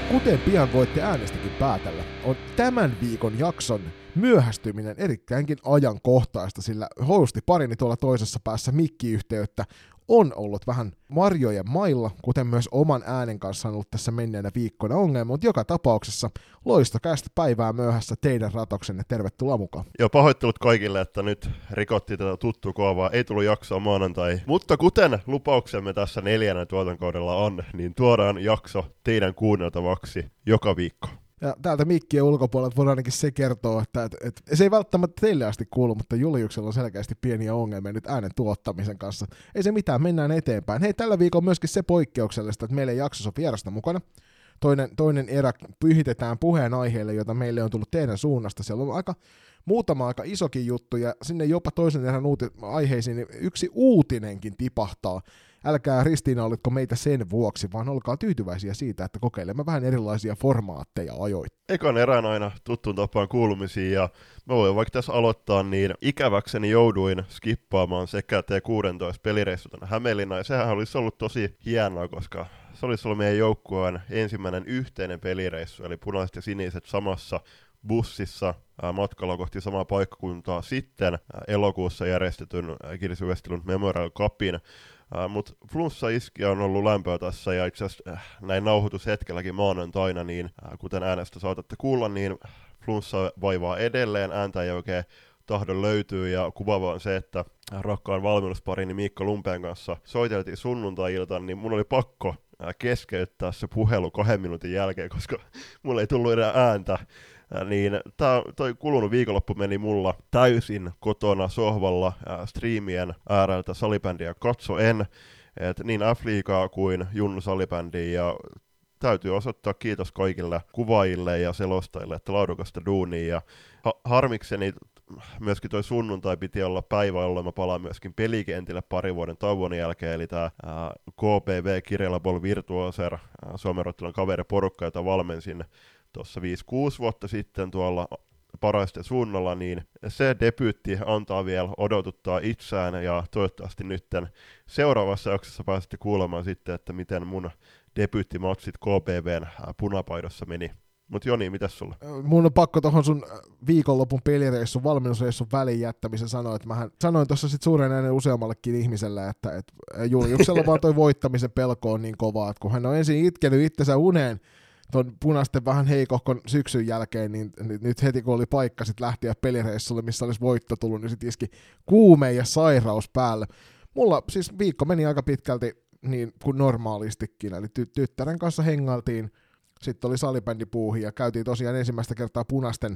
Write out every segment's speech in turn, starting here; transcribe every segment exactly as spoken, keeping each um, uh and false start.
kuten pian voitte äänestäkin päätellä, on tämän viikon jakson myöhästyminen erittäinkin ajankohtaista, sillä hosti parini tuolla toisessa päässä mikkiyhteyttä on ollut vähän marjojen mailla, kuten myös oman äänen kanssa on ollut tässä menneenä viikkoina ongelma, mutta joka tapauksessa loistokästä päivää myöhässä teidän ratoksenne, tervetuloa mukaan. Joo, pahoittelut kaikille, että nyt rikottiin tätä tuttua kovaa, ei tullut jaksoa maanantai, mutta kuten lupauksemme tässä neljännen tuotankaudella on, niin tuodaan jakso teidän kuunneltavaksi joka viikko. Ja täältä mikkien ulkopuolelta voidaan ainakin se kertoa, että et, et, se ei välttämättä teille asti kuulu, mutta Juliuksella on selkeästi pieniä ongelmia nyt äänen tuottamisen kanssa. Ei se mitään, mennään eteenpäin. Hei, tällä viikolla on myöskin se poikkeuksellista, että meillä ei jaksossa ole vierasta mukana. Toinen, toinen erä pyhitetään puheenaiheelle, jota meille on tullut teidän suunnasta. Siellä on aika, muutama aika isokin juttu, ja sinne jopa toisen erän uuti- aiheisiin niin yksi uutinenkin tipahtaa. Älkää Ristiina olitko meitä sen vuoksi, vaan olkaa tyytyväisiä siitä, että kokeilemme vähän erilaisia formaatteja ajoit. Ekan erään aina tuttuun tapaan kuulumisiin, ja mä voin vaikka tässä aloittaa, niin ikäväkseni jouduin skippaamaan sekä T kuusitoista pelireissu tänne Hämeenlinnaan, ja sehän olisi ollut tosi hienoa, koska se olisi ollut meidän joukkueen ensimmäinen yhteinen pelireissu, eli punaiset ja siniset samassa bussissa ää, matkalla kohti samaa paikkakuntaa sitten ää, elokuussa järjestetyn Kirsi Westilund Memorial Cupin. Uh, Mutta flunssa iski on ollut lämpöä tässä, ja itse asiassa äh, näin nauhoitushetkelläkin maanantaina, niin äh, kuten äänestä saatatte kuulla, niin flunssa vaivaa edelleen, ääntä ei oikein tahdon löytyy, ja kuvaava on se, että rakkaan valmennusparini Miikka Lumpeen kanssa soiteltiin sunnuntai-iltaan, niin mun oli pakko äh, keskeyttää se puhelu kahden minuutin jälkeen, koska mulla ei tullut enää ääntä. Äh, niin tää, toi kulunut viikonloppu meni mulla täysin kotona sohvalla äh, striimien ääreltä salibändiä katso en, et niin F-liigaa kuin Junnu salibändiä, ja täytyy osoittaa kiitos kaikille kuvaajille ja selostajille, että laadukasta duunia, ja ha- harmikseni myöskin toi sunnuntai piti olla päivä, jolloin mä palaan myöskin pelikentille pari vuoden tauon jälkeen, eli tää ää, K P V Kirjala Ball Virtuoser, Suomen Rottilan kaveriporukka, jota valmensin tuossa viisi kuusi vuotta sitten tuolla Paraisten suunnalla, niin se debyytti antaa vielä odotuttaa itseään, ja toivottavasti nytten seuraavassa jaksossa pääsette kuulemaan sitten, että miten mun debyyttimatsit K P V:n punapaidossa meni. Mut Joni, mitäs sulla? Mun on pakko tohon sun viikonlopun pelireissun, valmennusreissun välin jättämisen sanoa, että mähän sanoin tuossa sit suuren äänen useammallekin ihmiselle, että, että Juliuksella vaan toi voittamisen pelko on niin kovaa, että kun hän on ensin itkenyt itsensä uneen ton punaisten vähän heikohkon syksyn jälkeen, niin nyt heti kun oli paikka sit lähteä pelireissulle, missä olisi voitto tullut, niin sit iski kuume ja sairaus päälle. Mulla siis viikko meni aika pitkälti niin kuin normaalistikin, eli ty- tyttären kanssa hengailtiin, sitten oli salibändipuuhi ja käytiin tosiaan ensimmäistä kertaa punaisten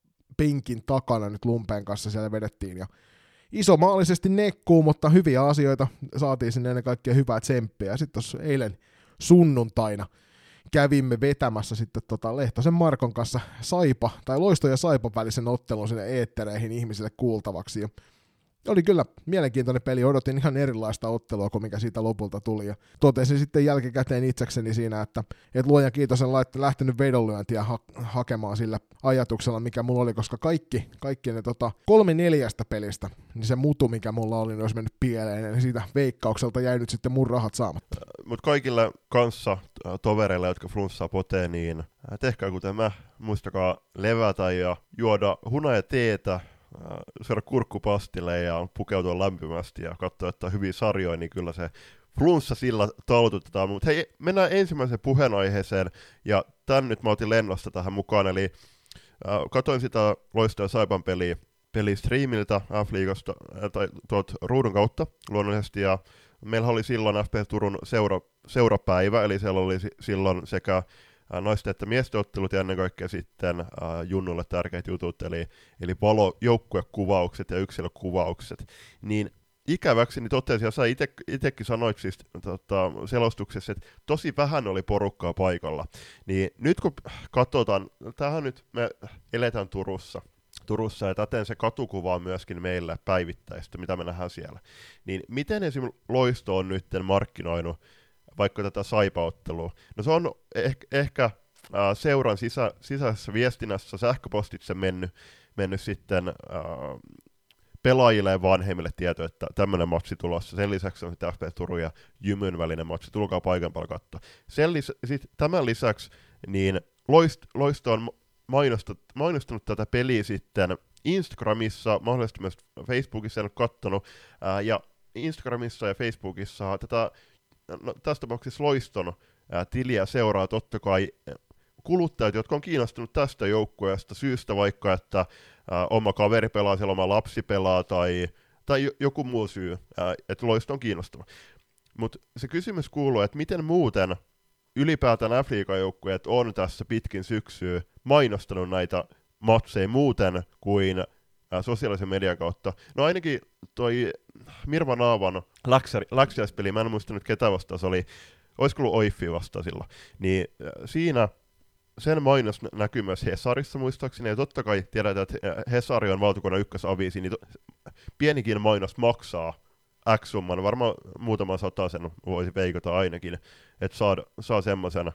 penkin takana nyt Lumpeen kanssa siellä vedettiin, ja isomaalisesti nekkuu, mutta hyviä asioita saatiin sinne, ennen kaikkea hyvää tsemppiä, ja sitten tuossa eilen sunnuntaina kävimme vetämässä sitten tota Lehtosen Markon kanssa Saipa, tai Loisto ja Saipan välisen ottelun sinne eettereihin ihmisille kuultavaksi, ja oli kyllä mielenkiintoinen peli, odotin ihan erilaista ottelua kuin mikä siitä lopulta tuli, ja totesin sitten jälkikäteen itsekseni siinä, että et luojan kiitos en laitte, lähtenyt vedonlyöntiä ha- hakemaan sillä ajatuksella, mikä mulla oli, koska kaikki, kaikki ne tota, kolme neljästä pelistä, niin se mutu, mikä mulla oli, niin olisi mennyt pieleen, niin siitä veikkaukselta jäi nyt sitten mun rahat saamatta. Mutta kaikille kanssa tovereille, jotka flunssaa potee, niin tehkää kuten mä, muistakaa levätä ja juoda hunaja teetä, syödä kurkkupastille ja pukeutua lämpimästi ja katsoa, että on hyviä sarjoja, niin kyllä se flunssa sillä talutetaan. Mutta hei, mennään ensimmäiseen puheenaiheeseen, ja tän nyt mä otin lennosta tähän mukaan, eli äh, katoin sitä Loisto ja Saipan peliä pelistriimiltä F-liigasta, äh, tai tuolta ruudun kautta luonnollisesti, ja meillä oli silloin F P Turun seura, seurapäivä, eli siellä oli silloin sekä naisten että miesten ottelut ja ennen kaikkea sitten äh, Junnulle tärkeät jutut, eli, eli valo, joukkuekuvaukset ja yksilökuvaukset. Niin ikäväksi niin totesin, ja sä ite, itekin sanoit siis tota, selostuksessa, että tosi vähän oli porukkaa paikalla. Niin nyt kun katsotaan, tähän nyt me eletään Turussa, Turussa ja täten se katukuva on myöskin meille päivittäistä, mitä me nähdään siellä. Niin miten esimerkiksi Loisto on nyt markkinoinut vaikka tätä Saipa-ottelua? No se on ehkä, ehkä äh, seuran sisä, sisäisessä viestinnässä sähköpostitse mennyt, mennyt sitten äh, pelaajille ja vanhemmille tieto, että tämmöinen matsi tulossa. Sen lisäksi on sitten F P Turun ja Jymyn välinen matsi. Tulkaa paikan päällä katsoa. Sen lis- sit, tämän lisäksi niin Loist, Loisto on mainostanut, mainostanut tätä peliä sitten Instagramissa, mahdollisesti myös Facebookissa, en ole kattonut, ää, ja Instagramissa ja Facebookissa tätä, no, tässä tapauksessa Loiston ää, tiliä seuraa totta kai kuluttajat, jotka on kiinnostunut tästä joukkueesta syystä vaikka, että ää, oma kaveri pelaa siellä, oma lapsi pelaa tai, tai joku muu syy, ää, että Loisto on kiinnostava. Mutta se kysymys kuuluu, että miten muuten ylipäätään F-liigan joukkueet on tässä pitkin syksyä mainostanut näitä matseja muuten kuin ää, sosiaalisen median kautta. No ainakin toi Mirva Naavan läksiäispeli, mä en muista nyt ketä vastaan se oli, olisiko ollut Oiffi vastaan sillä, niin ää, siinä sen mainos näkyy myös Hesarissa muistaakseni, ja totta kai tiedetään, että Hesari on valtakunnan ykkösaviisi, niin to, pienikin mainos maksaa X-summan, varmaan muutaman sataisen voisi veikata ainakin, että saa, saa semmoisen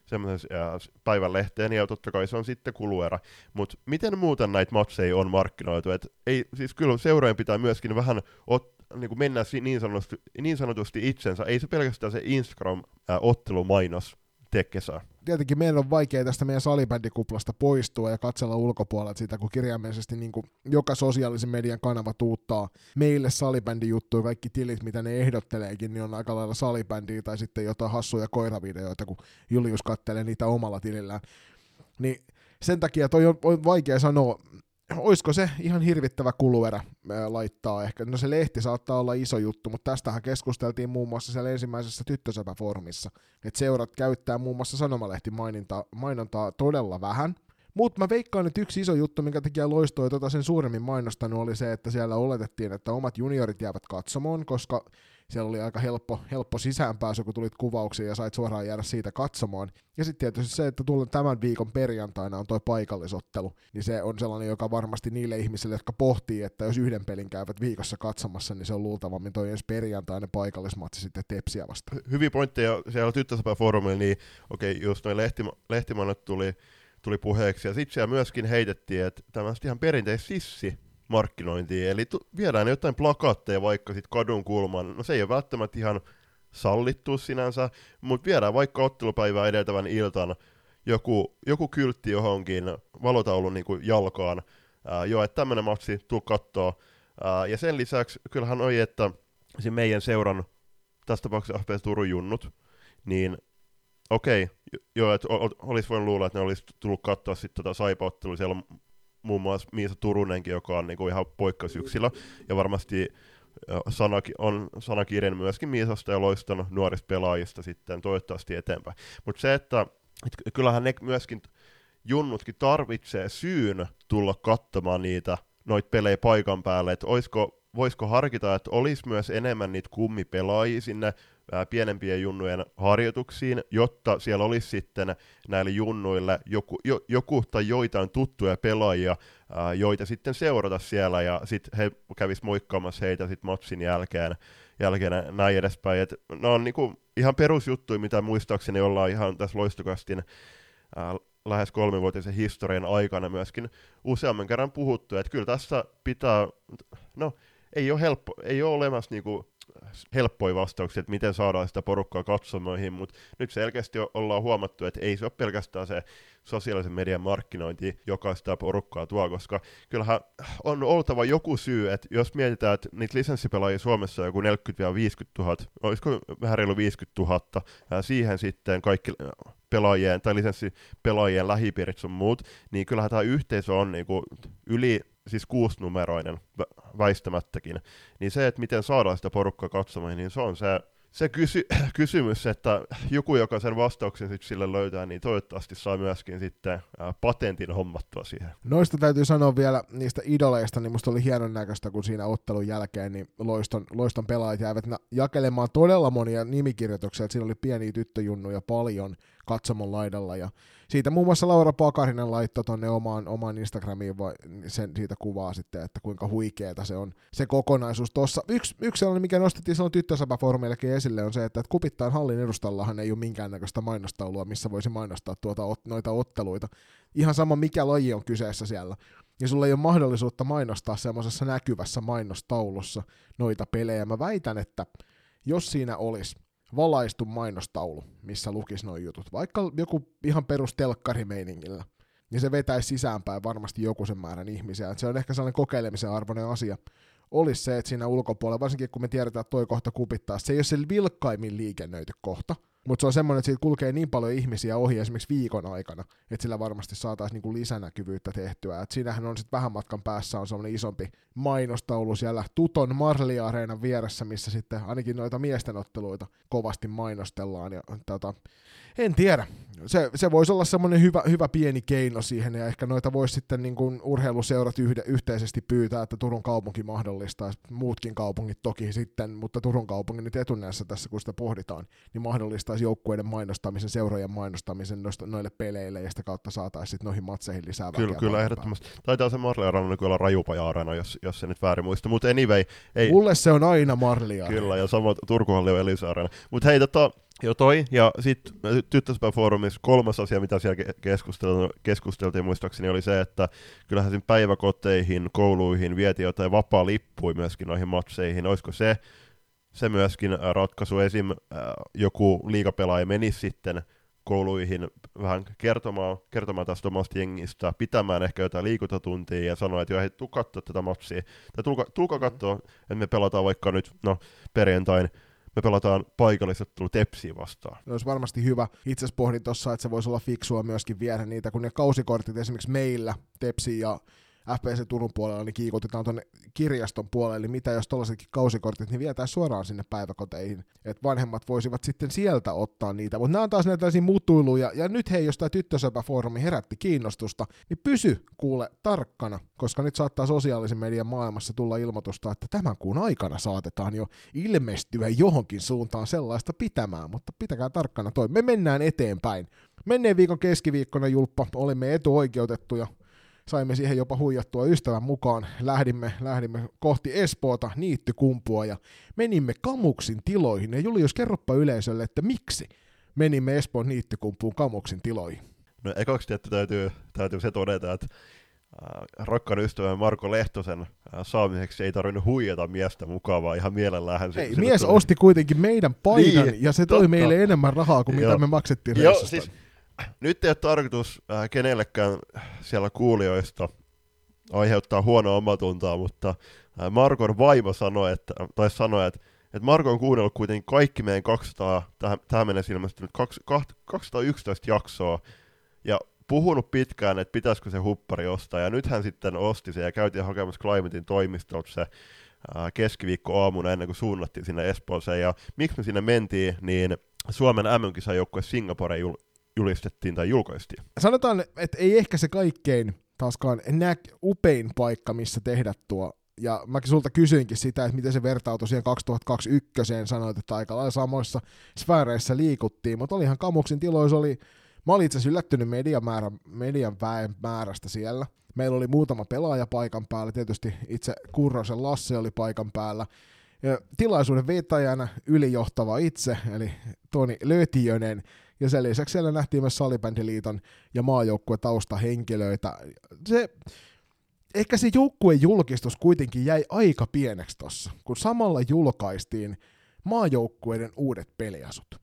päivän lehteen, ja totta kai se on sitten kuluerä. Mutta miten muuten näitä matseja on markkinoitu? Et ei, siis kyllä seurojen pitää myöskin vähän ot, niin kuin mennä niin sanotusti, niin sanotusti itsensä, ei se pelkästään se Instagram-ottelumainos tee kesää. Tietenkin meidän on vaikea tästä meidän salibändikuplasta poistua ja katsella ulkopuolelta sitä, kun kirjaimellisesti niin kuin joka sosiaalisen median kanava tuuttaa meille salibändijuttuja, kaikki tilit, mitä ne ehdotteleekin, niin on aika lailla salibändiä tai sitten jotain hassuja koiravideoita, kun Julius kattelee niitä omalla tilillään. Niin sen takia toi on, on vaikea sanoa, olisiko se ihan hirvittävä kuluerä laittaa ehkä. No se lehti saattaa olla iso juttu, mutta tästähän keskusteltiin muun muassa siellä ensimmäisessä Tyttösäpä-foorumissa, että seurat käyttää muun muassa sanomalehtimainontaa mainontaa todella vähän. Mutta mä veikkaan, että yksi iso juttu, minkä tekijä Loisto ei tota sen suuremmin mainostanut, oli se, että siellä oletettiin, että omat juniorit jäävät katsomoon, koska siellä oli aika helppo, helppo sisäänpääsy, kun tulit kuvauksiin ja sait suoraan jäädä siitä katsomaan. Ja sitten tietysti se, että tuolla tämän viikon perjantaina on toi paikallisottelu, niin se on sellainen, joka varmasti niille ihmisille, jotka pohtii, että jos yhden pelin käyvät viikossa katsomassa, niin se on luultavammin toi ensi perjantaina paikallismatsi sitten Tepsiä vastaan. Hyviä pointteja siellä Tyttösäpä-foorumilla, niin okei, okay, just noin lehtima- lehtimannat tuli, tuli puheeksi, ja sitten siellä myöskin heitettiin, että tämmöistä ihan perinteistä sissi markkinointiin, eli tu- viedään jotain plakaatteja vaikka sit kadun kulmaan, no se ei ole välttämättä ihan sallittu sinänsä, mutta viedään vaikka ottelupäivää edeltävän iltan joku, joku kyltti johonkin valotaulun niin kuin jalkaan, ää, jo, että tämmönen matsi, tuu kattoo, ää, ja sen lisäksi kyllähän oli, että meidän seuran, tässä tapauksessa F P S Turun junnut, niin okei, okay, joo, että olisi voinut luulla, että ne olisi tullut katsoa sitten tota Saipa-ottelua, siellä on muun muassa Miisa Turunenkin, joka on niinku ihan poikkeusyksilö, ja varmasti sanaki, on sanakirjan myöskin Miisasta ja Loiston nuorista pelaajista sitten toivottavasti eteenpäin. Mutta se, että et kyllähän ne myöskin junnutkin tarvitsee syyn tulla katsomaan niitä noita pelejä paikan päälle, että olisiko, voisiko harkita, että olisi myös enemmän niitä kummipelaajia sinne ää, pienempien junnujen harjoituksiin, jotta siellä olisi sitten näille junnuille joku, jo, joku tai joitain tuttuja pelaajia, ää, joita sitten seurata siellä, ja sitten he kävis moikkaamassa heitä sitten matsin jälkeen, jälkeen näin edespäin. Et ne on niinku ihan perusjuttuja, mitä muistaakseni ollaan ihan tässä Loistokastin ää, lähes kolmivuotisen historian aikana myöskin useamman kerran puhuttu, että kyllä tässä pitää, no ei ole helppo, ei ole olemassa niinku helppoja vastauksia, että miten saadaan sitä porukkaa katsomoihin, mutta nyt selkeästi ollaan huomattu, että ei se ole pelkästään se sosiaalisen median markkinointi, joka sitä porukkaa tuo, koska kyllähän on oltava joku syy, että jos mietitään, että niitä lisenssipelaajia Suomessa on joku neljäkymmentä viisikymmentätuhatta, olisiko vähän reilu viisikymmentätuhatta, siihen sitten kaikki pelaajien tai lisenssipelaajien lähipiirit sun muut, niin kyllähän tämä yhteisö on niinku yli siis kuusinumeroinen väistämättäkin, niin se, että miten saadaan sitä porukkaa katsomaan, niin se on se, se kysy- kysymys, että joku, joka sen vastauksen sitten sille löytää, niin toivottavasti saa myöskin sitten ää, patentin hommattua siihen. Noista täytyy sanoa vielä niistä idoleista, niin musta oli hienon näköistä, kun siinä ottelun jälkeen niin Loiston, Loiston pelaajat jäivät jakelemaan todella monia nimikirjoituksia, että siinä oli pieniä tyttöjunnuja paljon katsomon laidalla, ja siitä muun muassa Laura Pakarinen laittoi tonne omaan, omaan Instagramiin vai sen, siitä kuvaa sitten, että kuinka huikeeta se on se kokonaisuus tossa. Yksi, yksi sellainen, mikä nostettiin silloin Tyttösäpä-foorumeillekin esille, on se, että Kupittaan hallin edustallahan ei ole minkäännäköistä mainostaulua, missä voisi mainostaa tuota, noita otteluita. Ihan sama, mikä laji on kyseessä siellä. Ja sulla ei ole mahdollisuutta mainostaa semmoisessa näkyvässä mainostaulussa noita pelejä. Mä väitän, että jos siinä olisi valaistu mainostaulu, missä lukisi nuo jutut, vaikka joku ihan perus telkkarimeiningillä, niin se vetäisi sisäänpäin varmasti joku sen määrän ihmisiä. Et se on ehkä sellainen kokeilemisen arvoinen asia. Olisi se, että siinä ulkopuolella, varsinkin kun me tiedetään, että toi kohta kupittaa, se ei ole se vilkkaimmin liikennöity kohta, mutta se on semmoinen, että siitä kulkee niin paljon ihmisiä ohi esimerkiksi viikon aikana, että sillä varmasti saataisiin niinku lisänäkyvyyttä tehtyä. Et siinähän on sitten vähän matkan päässä on semmoinen isompi mainostaulu siellä Tuton Marley-areenan vieressä, missä sitten ainakin noita miestenotteluita kovasti mainostellaan. Ja, tota, en tiedä. Se, se voisi olla semmoinen hyvä, hyvä pieni keino siihen, ja ehkä noita voisi sitten niin kuin urheiluseurat yhde, yhteisesti pyytää, että Turun kaupunki mahdollistaisi, muutkin kaupungit toki sitten, mutta Turun kaupungin nyt etunässä tässä, kun sitä pohditaan, niin mahdollistaisi joukkueiden mainostamisen, seurojen mainostamisen noista, noille peleille, ja sitä kautta saataisiin sitten noihin matseihin lisää väkeä. Kyllä, kyllä ehdottomasti. Taitaa se Marley-areena olla Rajupaja-areena, jos, jos se nyt väärin muista, mutta anyway. Ei. Mulle se on aina Marley-areena. Kyllä, ja sama Turkuhalli on Elisa-areena. Mutta hei, tota, jo toi, ja sitten Tyttöspäiväfoorumissa kolmas asia, mitä siellä keskusteltiin, keskusteltiin muistaakseni, oli se, että kyllähän siinä päiväkoteihin, kouluihin vietiin jotain vapaa-lippuja myöskin noihin matseihin. Olisiko se, se myöskin ratkaisu? Esim. Äh, joku liigapelaaja menisi sitten kouluihin vähän kertomaan, kertomaan tästä omasta jengistä, pitämään ehkä jotain liikuntatuntia ja sanoa, että joo, hei, tuu katsoa tätä matsia. Tai tulkaa, tulkaa katsoa, että me pelataan vaikka nyt, no perjantain, me pelataan paikallisottelu Tepsiä vastaan. Se olisi varmasti hyvä. Itse asiassa pohdin tuossa, että se voisi olla fiksua myöskin viedä niitä, kun ne kausikortit esimerkiksi meillä, Tepsi ja F P C Turun puolella, niin kiikutetaan tuonne kirjaston puolelle, eli mitä jos tollaisetkin kausikortit, niin vietään suoraan sinne päiväkoteihin, että vanhemmat voisivat sitten sieltä ottaa niitä, mutta nämä on taas näitä tällaisia mutuiluja, ja nyt hei, jos tämä Tyttösöpä-foorumi herätti kiinnostusta, niin pysy kuule tarkkana, koska nyt saattaa sosiaalisen median maailmassa tulla ilmoitusta, että tämän kuun aikana saatetaan jo ilmestyä johonkin suuntaan sellaista pitämään, mutta pitäkää tarkkana toi, me mennään eteenpäin. Menneen viikon keskiviikkona, Julppa, olimme etuoikeutettuja. Saimme siihen jopa huijattua ystävän mukaan. Lähdimme, lähdimme kohti Espoota, Niittykumpua ja menimme Kamuksin tiloihin. Ja Julius, kerroppa yleisölle, että miksi menimme Espoon Niittykumpuun Kamuksin tiloihin? No ekaksi tietty täytyy, täytyy se todeta, että äh, rakkaan ystävän Marko Lehtosen äh, saamiseksi ei tarvinnut huijata miestä mukaan, vaan ihan mielellään. Ei, mies tuli. Osti kuitenkin meidän paidan niin, ja se toi totta. meille enemmän rahaa kuin mitä me maksettiin reissusta. Siis, nyt ei ole tarkoitus äh, kenellekään siellä kuulijoista aiheuttaa huonoa omatuntoa, mutta äh, Markon vaimo sanoi, että, tai sanoi, että, että Marko on kuunnellut kuitenkin kaikki meidän kaksisataa, tähän, tähän mennessä ilmestynyt kaksisataayksitoista jaksoa, ja puhunut pitkään, että pitäisikö se huppari ostaa, ja nyt hän sitten osti sen, ja käytiin hakemassa Climatein toimistolta se äh, keskiviikko-aamuna ennen kuin suunnattiin sinne Espooseen, ja miksi me sinne mentiin, niin Suomen M M-kisajoukkue Singapore jul- julistettiin tai julkaistiin. Sanotaan, että ei ehkä se kaikkein taaskaan nä- upein paikka, missä tehdä tuo. Ja mäkin sulta kysyinkin sitä, että miten se vertautui siihen kaksituhattakaksikymmentäyksi, sanoit, että aika lailla samoissa sfääreissä liikuttiin, mutta olihan Kamuksin tiloissa, oli, mä olin itse asiassa yllättynyt median, määrä, median väen määrästä siellä. Meillä oli muutama pelaaja paikan päällä, tietysti itse Kurrosen Lasse oli paikan päällä. Ja tilaisuuden vetäjänä ylijohtava itse, eli Toni Lötiönen, ja sen lisäksi siellä nähtiin myös Salibändiliiton ja maajoukkueen taustahenkilöitä. Se, ehkä se joukkueen julkistus kuitenkin jäi aika pieneksi tossa, kun samalla julkaistiin maajoukkueiden uudet peliasut.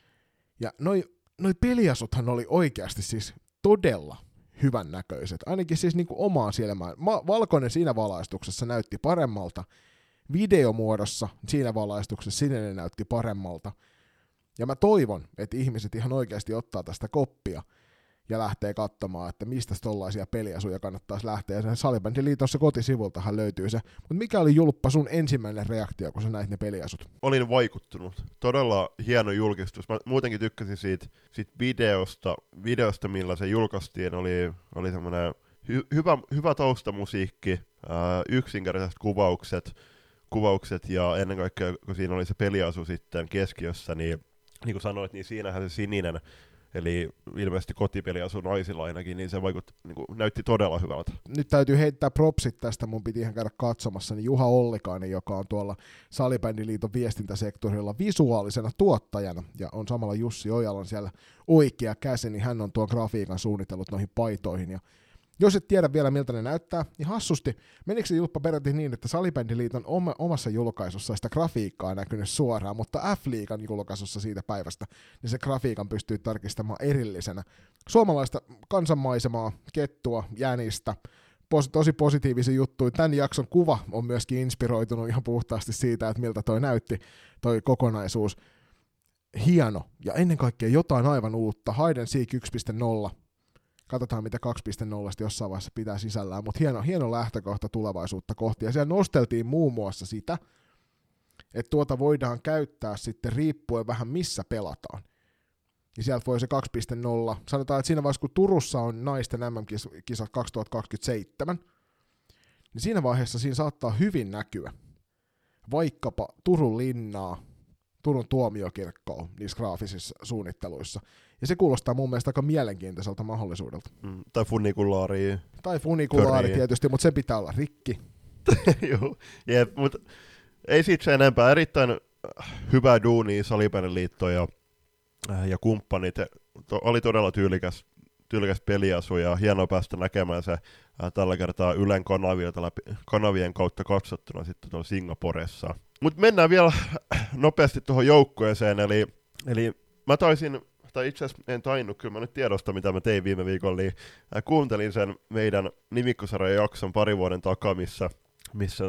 Ja noi, noi peliasuthan oli oikeasti siis todella hyvän näköiset, ainakin siis niinku omaan silmään. Ma- valkoinen siinä valaistuksessa näytti paremmalta, videomuodossa siinä valaistuksessa sininen näytti paremmalta. Ja mä toivon, että ihmiset ihan oikeasti ottaa tästä koppia ja lähtee katsomaan, että mistä tollaisia peliasuja kannattaisi lähteä. Ja sen Salibändiliitossa kotisivultahan löytyy se. Mutta mikä oli, Julppa, sun ensimmäinen reaktio, kun sä näit ne peliasut? Olin vaikuttunut. Todella hieno julkistus. Mä muutenkin tykkäsin siitä, siitä videosta, videosta, millä se julkaistiin. Oli, oli semmoinen hy, hyvä, hyvä taustamusiikki, ää, yksinkertaiset kuvaukset, kuvaukset ja ennen kaikkea, kun siinä oli se peliasu sitten keskiössä, niin niin kuin sanoit, niin siinähän se sininen, eli ilmeisesti kotipeliasu naisilla ainakin, niin se vaikut, niin kuin, näytti todella hyvältä. Nyt täytyy heittää propsit tästä, mun piti ihan käydä katsomassa, niin Juha Ollikainen, joka on tuolla Salibändiliiton viestintäsektorilla visuaalisena tuottajana, ja on samalla Jussi Ojalan siellä oikea käsi, niin hän on tuon grafiikan suunnitellut noihin paitoihin, ja Jos et tiedä vielä miltä ne näyttää, niin hassusti, menikö se julppa peräti niin, että Salibändiliiton oma, omassa julkaisussa sitä grafiikkaa näkynyt suoraan, mutta F-liigan julkaisussa siitä päivästä, niin se grafiikan pystyy tarkistamaan erillisenä. Suomalaista kansanmaisemaa, kettua, jänistä, pos, tosi positiivisia juttuja. Tämän jakson kuva on myöskin inspiroitunut ihan puhtaasti siitä, että miltä toi näytti, toi kokonaisuus. Hieno, ja ennen kaikkea jotain aivan uutta, Hide and Seek yksi piste nolla. Katsotaan, mitä kaksi piste nolla jossain vaiheessa pitää sisällään, mutta hieno, hieno lähtökohta tulevaisuutta kohti. Ja siellä nosteltiin muun muassa sitä, että tuota voidaan käyttää sitten riippuen vähän missä pelataan. Ja sieltä voi se kaksi piste nolla. Sanotaan, että siinä vaiheessa, kun Turussa on naisten M M-kisat kaksituhattakaksikymmentäseitsemän, niin siinä vaiheessa siinä saattaa hyvin näkyä vaikkapa Turun linnaa, Turun tuomiokirkkoa niissä graafisissa suunnitteluissa. Ja se kuulostaa mun mielestä aika mielenkiintoiselta mahdollisuudelta. Mm, tai funikulaari. Tai funikulaari tietysti, mutta se pitää olla rikki. Joo, jep, mutta ei siitä se enempää. Erittäin hyvää duunia Salibändiliitto ja, ja kumppanit. To, oli todella tyylikäs, tyylikäs peliasu ja hienoa päästä näkemään se äh, tällä kertaa Ylen kanavilta läpi, kanavien kautta katsottuna sitten tuolla Singaporessa. Mutta mennään vielä nopeasti tuohon joukkueeseen, eli, eli mä taisin, tai itse asiassa en tainnut, kyllä mä nyt tiedostan, mitä mä tein viime viikolla, niin äh, kuuntelin sen meidän nimikkosarjan jakson pari vuoden takaa, missä, missä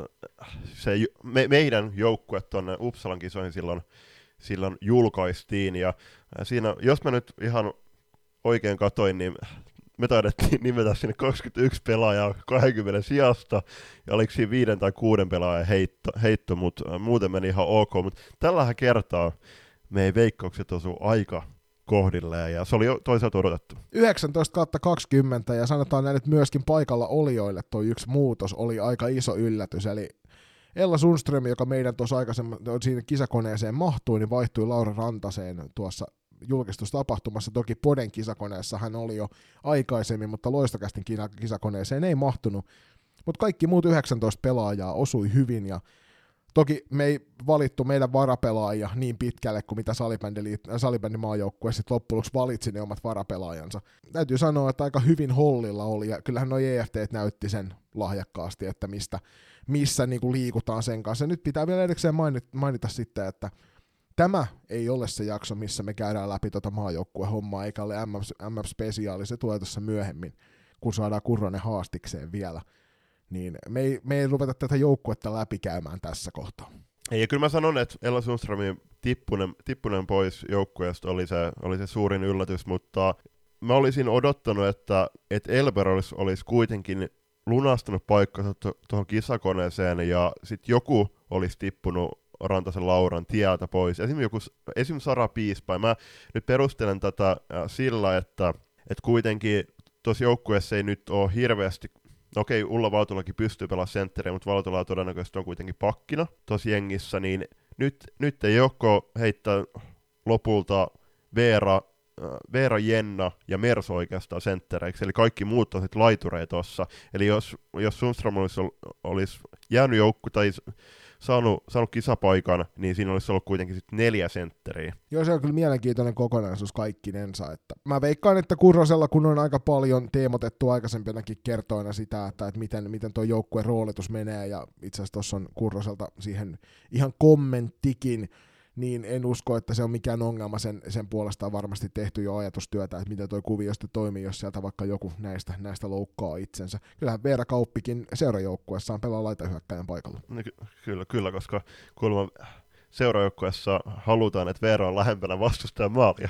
se me, meidän joukkue tuonne Uppsalan kisoihin silloin, silloin julkaistiin, ja äh, siinä, jos mä nyt ihan oikein katoin, niin me taidettiin nimetä sinne kaksikymmentäyksi pelaajaa kaksikymmentä sijasta, ja oliko siinä viiden tai kuuden pelaajan heitto, heitto mutta muuten meni ihan ok, mutta tällähän kertaa meidän veikkaukset osuu aika kohdilleen, ja se oli jo toisaalta odotettu. yhdeksäntoista kautta kaksikymmentä, ja sanotaan näin, että myöskin paikalla olijoille toi yksi muutos oli aika iso yllätys, eli Ella Sundström, joka meidän tuossa aikaisemmin siinä kisakoneeseen mahtui, niin vaihtui Laura Rantaseen tuossa julkistustapahtumassa. Toki Poden kisakoneessa hän oli jo aikaisemmin, mutta Loistokästin kisakoneeseen ei mahtunut. Mutta kaikki muut yhdeksäntoista pelaajaa osui hyvin, ja toki me ei valittu meidän varapelaajia niin pitkälle kuin mitä salibändin maajoukkue sitten loppujen lopuksi valitsi ne omat varapelaajansa. Täytyy sanoa, että aika hyvin hollilla oli, ja kyllähän nuo E F T näytti sen lahjakkaasti, että mistä, missä niinku liikutaan sen kanssa. Nyt pitää vielä erikseen mainita, mainita sitten, että tämä ei ole se jakso, missä me käydään läpi tuota maajoukkuehommaa, eikä ole M F-spesiaali, se tulee tuossa myöhemmin, kun saadaan Kurronen haastikseen vielä. Niin me ei, me ei ruveta tätä joukkuetta läpikäymään tässä kohtaa. Ei, ja kyllä mä sanon, että Ella Sundströmin tippunen, tippunen pois joukkueesta oli se, oli se suurin yllätys, mutta mä olisin odottanut, että, että Elber olisi, olisi kuitenkin lunastanut paikkansa tuohon kisakoneeseen, ja sitten joku olisi tippunut Rantasen Lauran tieltä pois. Esim. joku, esim. Sara Piispa. Mä nyt perustelen tätä äh, sillä, että, että kuitenkin tuossa joukkueessa ei nyt ole hirveästi, no okei, Ulla Valtolakin pystyy pelaamaan sentteriä, mutta Valtola todennäköisesti on kuitenkin pakkina tuossa jengissä, niin nyt, nyt ei joko heittää lopulta Veera, äh, Veera Jenna ja Mersu oikeastaan senttereiksi, eli kaikki muut on sitten laitureja tuossa. Eli jos, jos Sundström olisi, olisi jäänyt joukku tai Saanut, saanut kisapaikan, niin siinä olisi ollut kuitenkin sit neljä sentteriä. Joo, se on kyllä mielenkiintoinen kokonaisuus kaikkinensa. Että mä veikkaan, että Kurrosella, kun on aika paljon teemotettu aikaisempinakin kertoina sitä, että, että miten, miten tuo joukkueen roolitus menee, ja itse asiassa tuossa on Kurroselta siihen ihan kommenttikin, niin en usko, että se on mikään ongelma. Sen, sen puolesta on varmasti tehty jo ajatustyötä, että miten tuo kuvio sitten toimii, jos sieltä vaikka joku näistä, näistä loukkaa itsensä. Kyllähän Veera Kauppikin seurajoukkueessaan pelaa laitahyökkäjän paikalla. No, ky- kyllä, kyllä, koska kuulemma seurajoukkueessa halutaan, että Veera on lähempänä vastustajan maalia.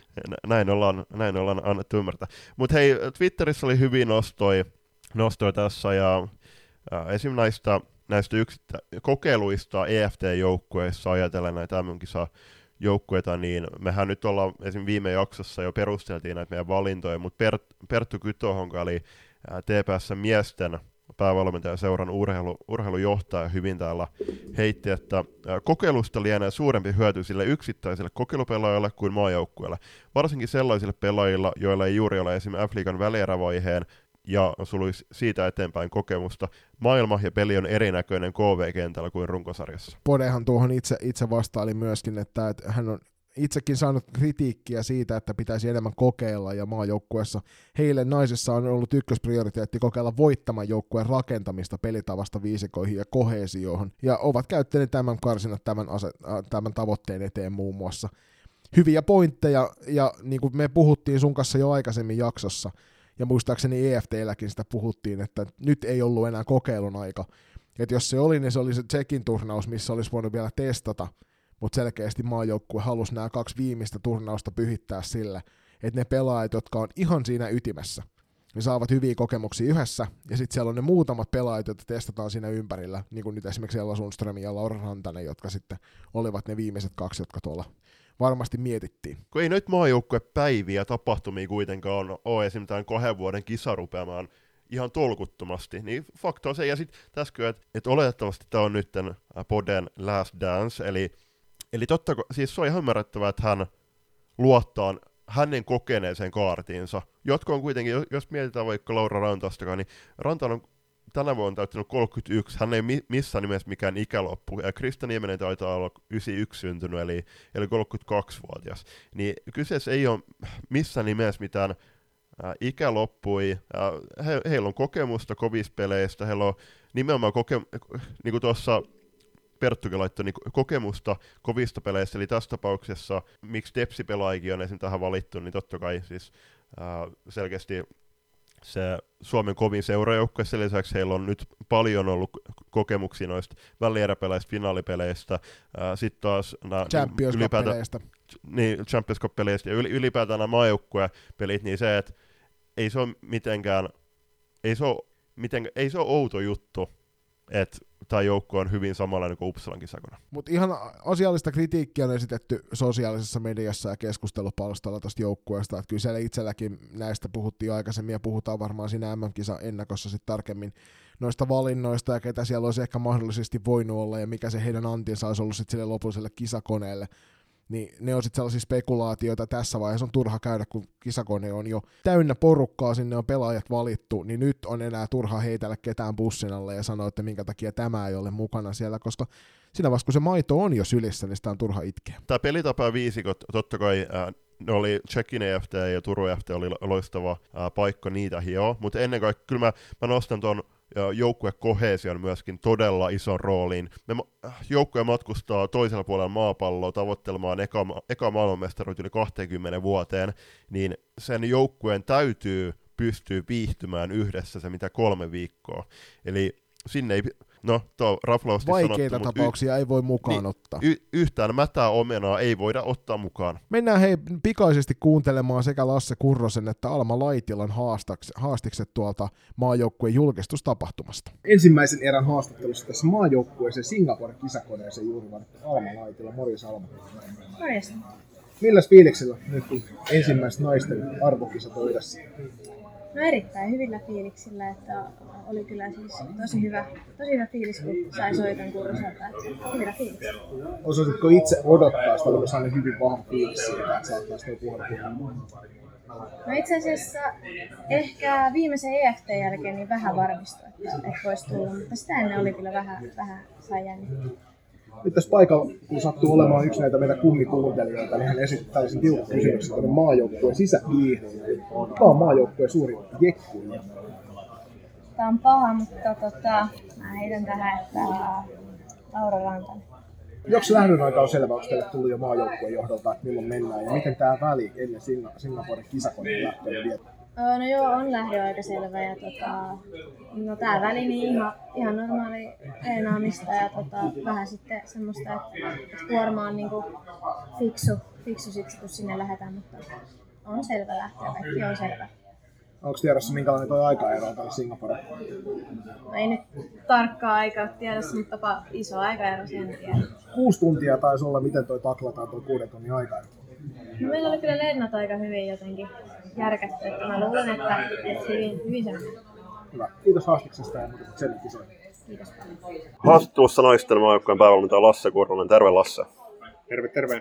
Näin ollaan, näin ollaan annettu ymmärtää. Mutta hei, Twitterissä oli hyvin nostoi, nostoi tässä, ja äh, esim. näistä näistä yksittä- kokeiluista E F T-joukkueissa ajatellen näitä M M-kisa-joukkueita, niin mehän nyt ollaan esim. Viime jaksossa jo perusteltiin näitä meidän valintoja, mutta Pert- Perttu Kytohonka, eli T P S-miesten päävalmentaja seuran urheilu, urheilujohtaja hyvin täällä heitti, että kokeilusta lienee suurempi hyöty sille yksittäiselle kokeilupelaajalle kuin maajoukkueelle, varsinkin sellaisille pelaajilla, joilla ei juuri ole esim. F-liigan välierävaiheen ja sulla olisi siitä eteenpäin kokemusta. Maailma ja peli on erinäköinen K V-kentällä kuin runkosarjassa. Podehan tuohon itse, itse vastaili myöskin, että, että hän on itsekin saanut kritiikkiä siitä, että pitäisi enemmän kokeilla, ja maajoukkueessa heille naisissa on ollut ykkösprioriteetti kokeilla voittaman joukkueen rakentamista pelitavasta viisikoihin ja koheesioon, ja ovat käyttäneet tämän karsinat tämän, ase- tämän tavoitteen eteen muun muassa. Hyviä pointteja, ja niin kuin me puhuttiin sun kanssa jo aikaisemmin jaksossa, ja muistaakseni E F T:lläkin sitä puhuttiin, että nyt ei ollut enää kokeilun aika. Että jos se oli, niin se oli se Tsekin turnaus, missä olisi voinut vielä testata, mutta selkeästi maajoukkue halusi nämä kaksi viimeistä turnausta pyhittää sillä, että ne pelaajat, jotka on ihan siinä ytimessä, ne saavat hyviä kokemuksia yhdessä, ja sitten siellä on ne muutamat pelaajat, joita testataan siinä ympärillä, niin kuin nyt esimerkiksi Ella Sundström ja Laura Rantanen, jotka sitten olivat ne viimeiset kaksi, jotka tuolla varmasti mietittiin. Kun ei nyt maajoukkuepäiviä tapahtumia kuitenkaan ole esimerkiksi tämän kahden vuoden kisa rupeamaan ihan tolkuttomasti, niin fakta on se, ja sitten tässä kyllä, että et oletettavasti tämä on nyt tämän Poden Last Dance, eli, eli totta, siis se on ihan ymmärrettävää, että hän luottaa hänen kokeneeseen kaartiinsa, jotka on kuitenkin, jos mietitään vaikka Laura Rantastakaan, niin Rantan on tänä vuonna täyttänyt kolmekymmentäyksi, hän ei missään nimessä mikään ikäloppu, ja Krista Nieminen taitaa olla yhdeksänkymmentäyksi syntynyt, eli, eli kolmekymmentäkaksivuotias, niin kyseessä ei ole missään nimessä mitään Äh, ikä loppui, äh, he, heillä on kokemusta kovista peleistä, heillä on nimenomaan koke- niin kuin tuossa Perttukin laittoi, niin kokemusta kovista peleistä, eli tässä tapauksessa, miksi Tepsi-pelaajikin on esimerkiksi tähän valittu, niin totta kai siis äh, selkeästi se Suomen kovin seurajoukkue, sen lisäksi heillä on nyt paljon ollut kokemuksia noista välieräpeleistä, finaalipeleistä, äh, sitten taas nämä Champions Cup-peleistä. Niin, Champions Cup-peleistä, ja ylipäätään nämä maajoukkuepelit, niin se, että ei se ole mitenkään, ei se ole, mitenkään, ei se ole outo juttu, että tämä joukko on hyvin samanlainen kuin Uppsalan kisakona. Mutta ihan asiallista kritiikkiä on esitetty sosiaalisessa mediassa ja keskustelupalstalla tästä joukkueesta, että kyllä siellä itselläkin näistä puhuttiin aikaisemmin ja puhutaan varmaan siinä M M-kisa ennakossa sitten tarkemmin noista valinnoista ja ketä siellä olisi ehkä mahdollisesti voinut olla ja mikä se heidän antinsa olisi ollut sitten sille lopulliselle kisakoneelle. Niin ne on sitten sellaisia spekulaatioita tässä vaiheessa on turha käydä, kun kisakone on jo täynnä porukkaa, sinne on pelaajat valittu, niin nyt on enää turha heitellä ketään bussin alle ja sanoa, että minkä takia tämä ei ole mukana siellä, koska siinä vasta kun se maito on jo sylissä, niin sitä on turha itkeä. Tämä pelitapa viisikot, totta kai äh, ne oli Tsekin E F T ja Turun E F T oli loistava äh, paikka niitä hioa, mutta ennen kaikkea kyllä mä, mä nostan tuon joukkuekoheesion myöskin todella ison rooliin. Me joukkue matkustaa toisella puolella maapalloa tavoittelemaan eka, eka maailmanmestaruutta yli kaksikymmentä vuoteen, niin sen joukkueen täytyy pystyä viihtymään yhdessä se mitä kolme viikkoa. Eli sinne ei, no tuo raflausti vaikeita sanottu, tapauksia y- ei voi mukaan niin, ottaa. Y- yhtään mätää omenaa ei voida ottaa mukaan. Mennään hei pikaisesti kuuntelemaan sekä Lasse Kurrosen että Alma Laitilan haastikset tuolta maajoukkueen julkistustapahtumasta. Ensimmäisen erän haastattelussa tässä maajoukkueeseen Singapore-kisakoneeseen juuri varttu Alma Laitila. Morjes Alma. Morjes. Milläs fiiliksellä nyt kun ensimmäiset naisten arvokisat on edessä? No erittäin hyvillä fiiliksillä, että oli kyllä siis tosi hyvä, tosi hyvä fiilis, kun sai soiton Kurroselta, että hyvillä fiiliksillä. Osaisitko itse odottaa sitä, oliko saanut hyvin vahva fiilis siitä, että saattaisi toi puheenvuoron? No itse asiassa ehkä viimeisen E F T:n jälkeen niin vähän varmistui, että, että voisi tulla, mutta sitä ennen oli kyllä vähän, vähän sai jännittää. Nyt tässä paikalla, kun sattuu olemaan yksi näitä meidän kummikuuntelijoita, niin hän esitti tällaisen tiukan kysymyksen tuonne maajoukkueen sisäpiiriin. Mikä on maajoukkueen suuri jekku? Tämä on paha, mutta tota, mä heitän tähän, että Laura Rantanen. Joksi lähdön aika on selvä, onko teille tullut jo maajoukkueen johdolta, että milloin mennään ja miten tämä väli ennen Singaporen kisakoneen lähtöä viettää? No joo, on lähdö aika selvä ja tota, no tää väli niin ihan, ihan normaali treenaamista ja tota, vähän sitten semmoista, että, että kuorma on niinku fiksu, fiksu sit, kun sinne lähdetään, mutta on selvä lähteä, kaikki on selvä. Onko tiedossa minkälainen tuo aikaero on tällä Singaporella? No ei nyt tarkkaa aikaa tiedossa, mutta tapa iso aikaero sen tiedä. Kuusi tuntia taisi olla, miten toi taklataan tuo kuuden tunnin aikaero. No meillä oli kyllä lennot aika hyvin jotenkin järkätty, että mä luulen, että, että hyvin, hyvin se menee. Hyvä. Kiitos haastiksesta ja muuta sen kisoja. Kiitos paljon. Haastattelussa naisten maajoukkueen päävalmentaja Lasse Kurronen. Terve Lasse. Terve, terve.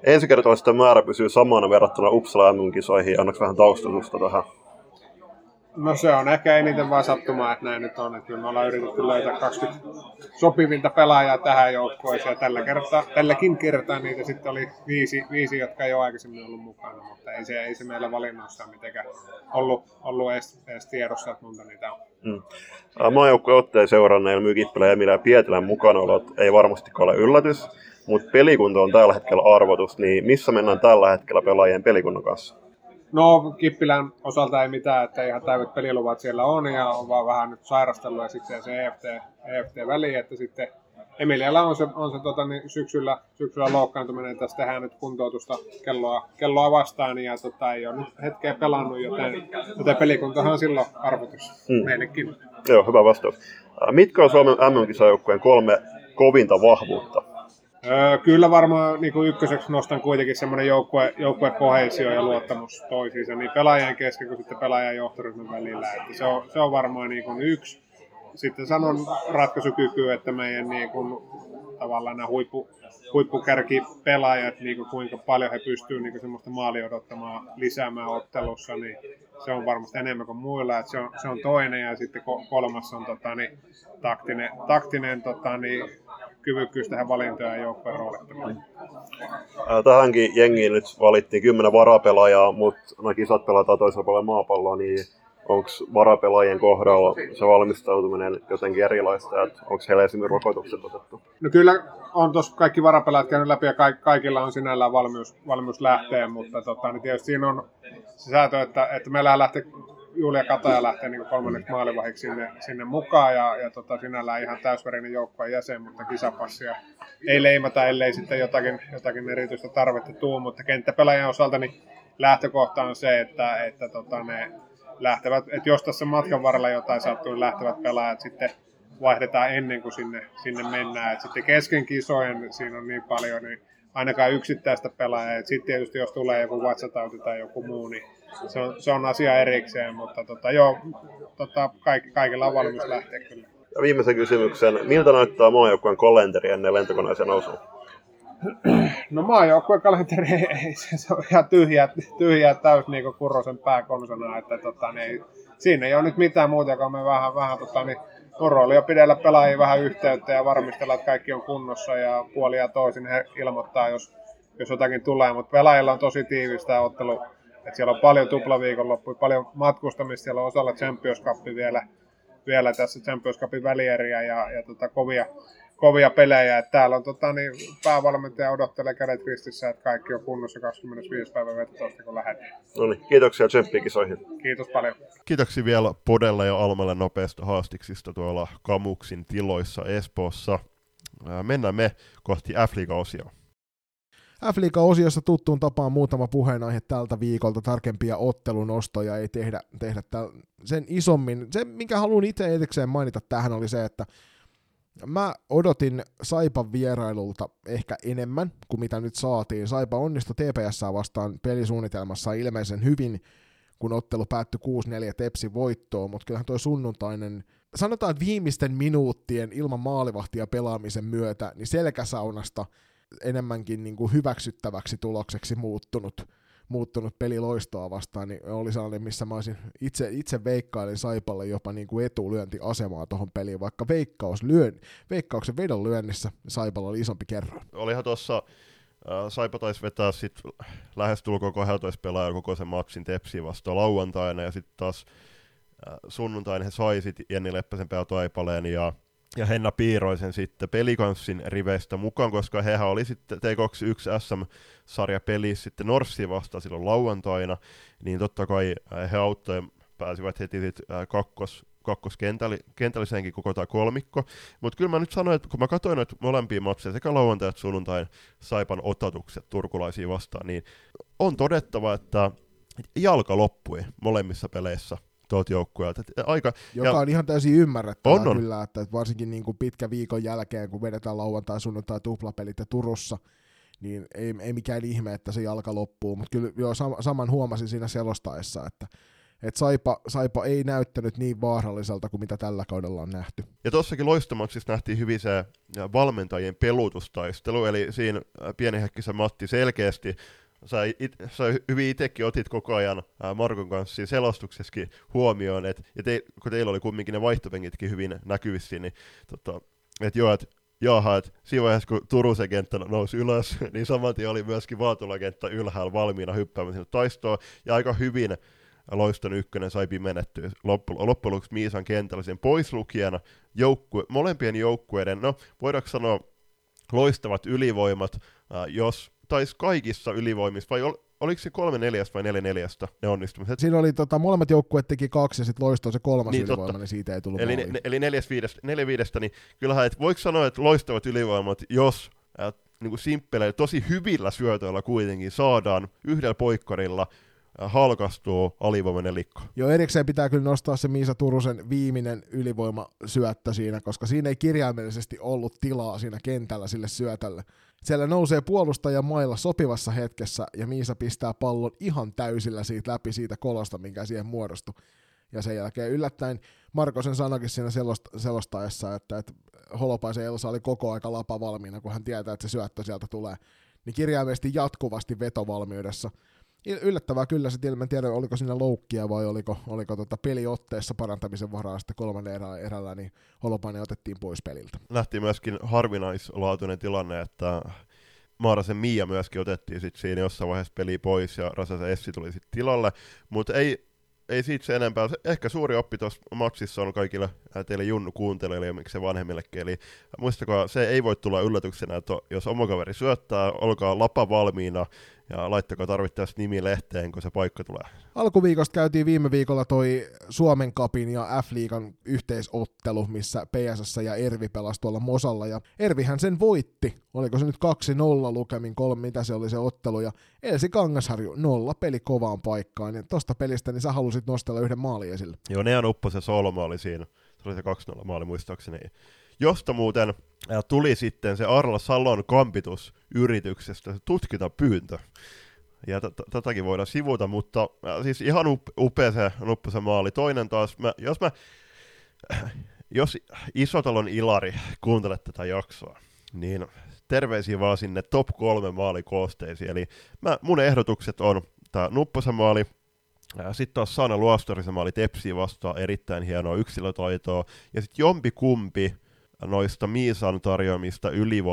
Ensikertalaisten määrä pysyy samana verrattuna Uppsala M M-kisoihin. Annaks vähän taustatusta tähän? No se on ehkä eniten vaan sattumaa, että näin nyt on. Että me ollaan yritetty löytää kaksikymmentä sopivinta pelaajaa tähän joukkueeseen. Ja tällä kertaa, tälläkin kertaa niitä sitten oli viisi, viisi, jotka ei ole aikaisemmin ollut mukana. Mutta ei se, ei se meillä valinnoissa mitenkään ollut, ollut edes, edes tiedossa, että monta niitä on. Mm. Maajoukkueen otteen seuranneilla Mykittälä, Emilä ja Pietilän mukanaolot ei varmastikaan ole yllätys. Mutta pelikunto on tällä hetkellä arvotus, niin missä mennään tällä hetkellä pelaajien pelikunnan kanssa? No Kippilän osalta ei mitään, että ihan täydet peliluvat siellä on ja on vaan vähän nyt sairastellut ja sitten se E F T, E F T-väli, että sitten Emilialla on se, on se tota, niin syksyllä, syksyllä loukkaantuminen, että tässä tehdään nyt kuntoutusta kelloa, kelloa vastaan ja tota, ei ole nyt hetkeä pelannut, joten, joten pelikuntahan on silloin arvotus mm. meillekin. Joo, hyvä vastaus. Mitkä on Suomen M M-kisajoukkueen kolme kovinta vahvuutta? Öö, kyllä varmaan niin kuin ykköseksi nostan kuitenkin semmoinen joukkue, joukkuekoheesio ja luottamus toisiinsa niin pelaajien kesken kuin sitten pelaajan johtoryhmän välillä. Että se, on, se on varmaan niin kuin yksi. Sitten sanon ratkaisukyky, että meidän niin kuin, tavallaan nämä huippu, huippukärkipelaajat, niin kuin, kuinka paljon he pystyvät niin kuin semmoista maalia odottamaan lisäämään ottelussa, niin se on varmasti enemmän kuin muilla. Että se, on, se on toinen ja sitten kolmas on tota, niin, taktinen, taktinen tota, niin, kyvykkyys tähän valintoja ja joukkojen roolittamaan. Tähänkin jengiin nyt valittiin kymmenen varapelaajaa, mutta nämä kisat pelataan toisella puolella maapalloa, niin onko varapelaajien kohdalla se valmistautuminen jotenkin erilaista, että onko heillä esimerkiksi rokotukset otettu? No kyllä on tuossa kaikki varapelaajat käynyt läpi ja kaikilla on sinällään valmius, valmius lähteä, mutta tota, niin tietysti siinä on se säätö, että, että meillä lähtee Julia Kataja lähtee niin kolmanneksi maalivahiksi sinne, sinne mukaan ja, ja tota, sinällään ihan täysverinen joukkueen jäsen, mutta kisapassia ei leimata, ellei sitten jotakin, jotakin erityistä tarvetta tuu, mutta kenttäpelaajien osalta niin lähtökohta on se, että, että tota, ne lähtevät, että jos tässä matkan varrella jotain sattuu, niin lähtevät pelaajat sitten vaihdetaan ennen kuin sinne, sinne mennään. Et sitten kesken kisojen siinä on niin paljon, niin ainakaan yksittäistä pelaajaa. Sitten tietysti jos tulee joku vatsatauti tai joku muu, niin se on, se on asia erikseen, mutta tota, joo, tota, kaik, kaikilla on valmis lähteä kyllä. Ja viimeisen kysymyksen, miltä näyttää maajoukkueen kalenteri ennen lentokoneeseen nousuun? No maajoukkueen kalenteri ei, se on ihan tyhjä, tyhjä täys niin kuin Kurrosen pääkonsana, että tota, niin, siinä ei ole nyt mitään muuta, kun me vähän, vähän tota, niin, mun rooli on pidellä pelaajia vähän yhteyttä ja varmistella, että kaikki on kunnossa ja puoli ja toisin he ilmoittaa, jos, jos jotakin tulee, mutta pelaajilla on tosi tiivistä ottelu, että siellä on paljon tuplaviikonloppuja, paljon matkustamista, siellä on osalla Champions Cup vielä, vielä tässä Champions Cupin välieriä ja, ja tota, kovia, kovia pelejä. Että täällä on tota, niin, päävalmentaja odottelee kädet ristissä, että kaikki on kunnossa kaksikymmentäviisi päivän viisitoista kun lähdetään. No niin, kiitoksia tsemppiä kisoihin. Kiitos paljon. Kiitoksia vielä Podelle ja Almalle nopeasta haastiksista tuolla Kamuksin tiloissa Espoossa. Mennään me kohti F-liiga-osioon. F-liiga-osiossa tuttuun tapaan muutama puheenaihe tältä viikolta, tarkempia ottelunostoja ei tehdä, tehdä täl, sen isommin. Se, minkä haluan itse erikseen mainita tähän, oli se, että mä odotin Saipan vierailulta ehkä enemmän kuin mitä nyt saatiin. Saipa onnistui T P S:ää vastaan pelisuunnitelmassa ilmeisen hyvin, kun ottelu päättyi kuusi neljä Tepsin voittoon, mutta kyllähän toi sunnuntainen, sanotaan että viimeisten minuuttien ilman maalivahtia pelaamisen myötä, niin selkäsaunasta enemmänkin niin kuin hyväksyttäväksi tulokseksi muuttunut, muuttunut peli Loistoa vastaan, niin oli sellainen, missä mä olisin itse, itse veikkailin Saipalle jopa niin kuin etulyöntiasemaa tuohon peliin, vaikka veikkaus lyön, veikkauksen vedon lyönnissä Saipalla oli isompi kerran. Olihan tuossa, äh, Saipa taisi vetää sitten lähestulkoon kaksitoista pelaajan koko sen matsin Tepsiin vastaan lauantaina, ja sitten taas äh, sunnuntaina he sai sitten Jenni Leppäsen Taipaleen ja ja Henna Piiroisen sitten pelikanssin riveistä mukaan, koska hehän oli sitten T kaksikymmentäyksi S M-sarja pelissä sitten Norssiin vastaan silloin lauantaina, niin totta kai he auttoivat pääsivät heti sitten kakkos, kakkoskentälliseenkin koko tämä kolmikko. Mutta kyllä mä nyt sanoin, että kun mä katsoin noita molempia matseja, sekä lauantai että sunnuntain Saipan otatukset turkulaisia vastaan, niin on todettava, että jalka loppui molemmissa peleissä tuolta joukkueelta. Aika, Joka ja on ihan täysin ymmärrettävää on, on. kyllä, että varsinkin niin kuin pitkä viikon jälkeen, kun vedetään lauantai, sunnuntai tuplapelit ja Turussa, niin ei, ei mikään ihme, että se jalka loppuu, mutta kyllä jo saman huomasin siinä selostaessa, että että Saipa, Saipa ei näyttänyt niin vaaralliselta kuin mitä tällä kaudella on nähty. Ja tuossakin Loistomatsissa nähtiin hyvin se valmentajien pelutustaistelu, eli siinä pienihäkkissä Matti selkeästi sä, it, sä hyvin itsekin otit koko ajan ää, Markon kanssa siinä selostuksessakin huomioon, että te, kun teillä oli kumminkin ne vaihtopenkitkin hyvin näkyvissä, niin tota, että joo, että jaha, että siinä vaiheessa kun Turusen kenttä nousi ylös, niin saman tien oli myöskin Vaatulan kenttä ylhäällä valmiina hyppäämään sinne taistoon, ja aika hyvin Loiston ykkönen sai pimenettyä loppujen lopuksi Miisan kentällä sen pois lukien joukkue, molempien joukkueiden, no voidaanko sanoa loistavat ylivoimat, ää, jos taisi kaikissa ylivoimissa, vai ol, oliko se kolme neljästä vai neljä neljästä ne onnistumiset? Siinä oli tota, molemmat joukkueet teki kaksi ja sitten Loisto se kolmas niin, ylivoima, totta. niin siitä ei tullut Eli, maaliin. ne, eli neljäs viidestä, neljä viidestä, niin kyllähän, et voiko sanoa, että loistavat ylivoimat, jos äh, niin kuin simppeleillä, tosi hyvillä syötöillä kuitenkin saadaan yhdellä poikkarilla äh, halkastua alivoimainen likko. Joo, erikseen pitää kyllä nostaa se Miisa Turusen viimeinen ylivoimasyöttö siinä, koska siinä ei kirjaimellisesti ollut tilaa siinä kentällä sille syötälle. Siellä nousee puolustaja mailla sopivassa hetkessä, ja Miisa pistää pallon ihan täysillä siitä läpi siitä kolosta, minkä siihen muodostui. Ja sen jälkeen yllättäen Markosen sanoikin siinä selost- selostaessa, että, että Holopaisen Elsa oli koko aika lapa valmiina, kun hän tietää, että se syöttö sieltä tulee. Niin kirjaimellisesti jatkuvasti vetovalmiudessa. Yllättävää kyllä se, en tiedä oliko siinä loukkia vai oliko, oliko tota peliotteessa parantamisen varaa sitten kolmannen erällä, erällä, niin Holopainen otettiin pois peliltä. Nähtiin myöskin harvinaislaatuinen tilanne, että Maarasen Mia myöskin otettiin sitten siinä jossain vaiheessa peli pois ja Rasasen Essi tuli sitten tilalle, mutta ei, ei siitä se enempää. Ehkä suuri oppi tuossa matsissa on kaikille teille Junnu kuuntelijoille ja miksei vanhemmillekin, eli muistakaa, se ei voi tulla yllätyksenä, että jos oma kaveri syöttää, olkaa lapa valmiina, ja laittakaa tarvittaessa nimi lehteen, kun se paikka tulee. Alkuviikosta käytiin viime viikolla toi Suomen Cupin ja F-liigan yhteisottelu, missä P S S ja Ervi pelasi tuolla Mosalla, ja Ervihän sen voitti. Oliko se nyt kaksi nolla lukemin, kolme, mitä se oli se ottelu, ja Elsi Kangasharju nolla peli kovaan paikkaan, ja tosta pelistä niin sä halusit nostella yhden maalin esille. Joo, Nean Upposen solomaali siinä, se oli se kaksi nolla maali muistaakseni. Josta muuten ja tuli sitten se Arla Salon kampitus yrityksestä, se tutkintapyyntö. Ja tätäkin voidaan sivuta, mutta äh, siis ihan upea se Nupposen maali. Toinen taas, mä, jos mä, jos Isotalon Ilari kuuntelet tätä jaksoa, niin terveisiä vaan sinne top kolme maalikoosteisiin. Eli mä, mun ehdotukset on tää Nupposen maali, sitten taas Saana Luostarisen maali Tepsiä vastaan, erittäin hienoa yksilötaitoa, ja sitten jompikumpi noista Miisan tarjoamista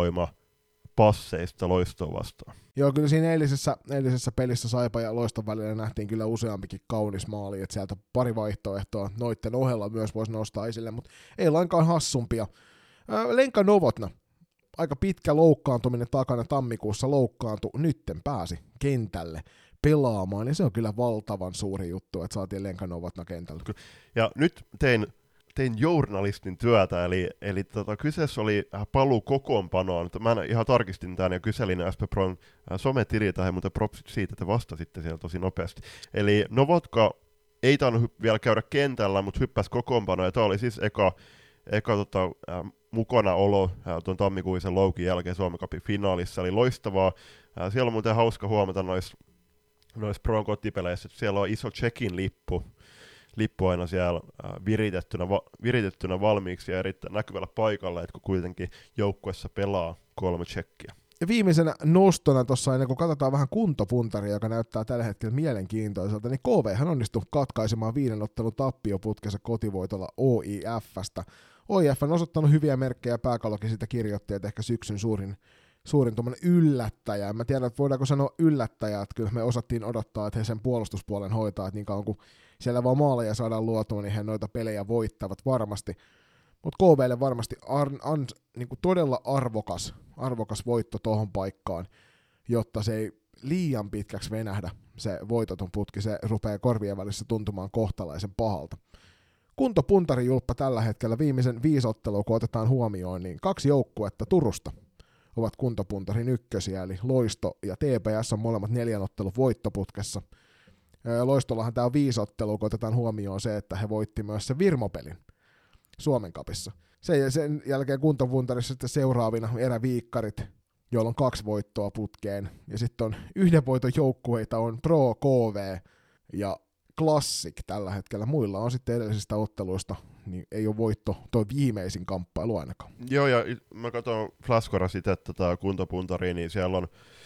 ylivoimapasseista Loistoa vastaan. Joo, kyllä siinä eilisessä, eilisessä pelissä Saipa ja Loiston välillä nähtiin kyllä useampikin kaunis maali, että sieltä pari vaihtoehtoa noitten ohella myös voisi nostaa esille, mutta ei lainkaan hassumpia. Lenka Novotna, aika pitkä loukkaantuminen takana, tammikuussa loukkaantui, nytten pääsi kentälle pelaamaan, niin se on kyllä valtavan suuri juttu, että saatiin Lenka Novotna kentälle. Ja nyt tein tein journalistin työtä, eli, eli tota, kyseessä oli paluu kokoonpanoon. Mä ihan tarkistin tämän ja kyselin S P Pron sometililtä, ja muuten propsit siitä, että vastasitte siellä tosi nopeasti. Eli Novotka ei tainnut vielä käydä kentällä, mutta hyppäsi kokoonpanoon, ja tämä oli siis eka, eka tota, äh, mukana olo äh, tuon tammikuisen loukin jälkeen Suomen Cupin finaalissa, eli loistavaa. Äh, siellä on muuten hauska huomata noissa nois Pron kotipeleissä, että siellä on iso check-in lippu, lippu aina siellä äh, viritettynä, va- viritettynä valmiiksi ja erittäin näkyvällä paikalla, että kun kuitenkin joukkuessa pelaa kolme tsekkiä. Ja viimeisenä nostona tuossa, ennen kuin katsotaan vähän kuntopuntaria, joka näyttää tällä hetkellä mielenkiintoiselta, niin K V:hän onnistui katkaisemaan viiden ottelun tappioputkensa kotivoitolla O I F:stä. O I F on osoittanut hyviä merkkejä, Pääkallokin sitä kirjoitti, että ehkä syksyn suurin, suurin tuommoinen yllättäjä. En mä tiedä, että voidaanko sanoa yllättäjä, että kyllä me osattiin odottaa, että he sen puolustuspuolen hoitaa, että niin kauan kuin siellä vaan maaleja saadaan luotua, niin he noita pelejä voittavat varmasti. Mutta K V:lle varmasti ar- an- niinku todella arvokas, arvokas voitto tohon paikkaan, jotta se ei liian pitkäksi venähdä, se voitoton putki, se rupeaa korvien välissä tuntumaan kohtalaisen pahalta. Kuntopuntari julppa tällä hetkellä viimeisen viisi ottelua, kun otetaan huomioon, niin kaksi joukkuetta Turusta ovat kuntopuntarin ykkösiä, eli Loisto ja T P S on molemmat neljän ottelun voittoputkessa. Loistollahan tämä on viisi ottelua, kun otetaan huomioon se, että he voitti myös sen Virmo-pelin Suomen Cupissa. Sen, sen jälkeen kuntopuntarissa sitten seuraavina eräviikkarit, joilla on kaksi voittoa putkeen. Ja sitten on yhden voiton joukkueita on Pro, K V ja Classic tällä hetkellä. Muilla on sitten edellisistä otteluista, niin ei ole voitto toi viimeisin kamppailu ainakaan. Joo, ja mä katson Flashcora sitten tätä kuntopuntaria, niin siellä on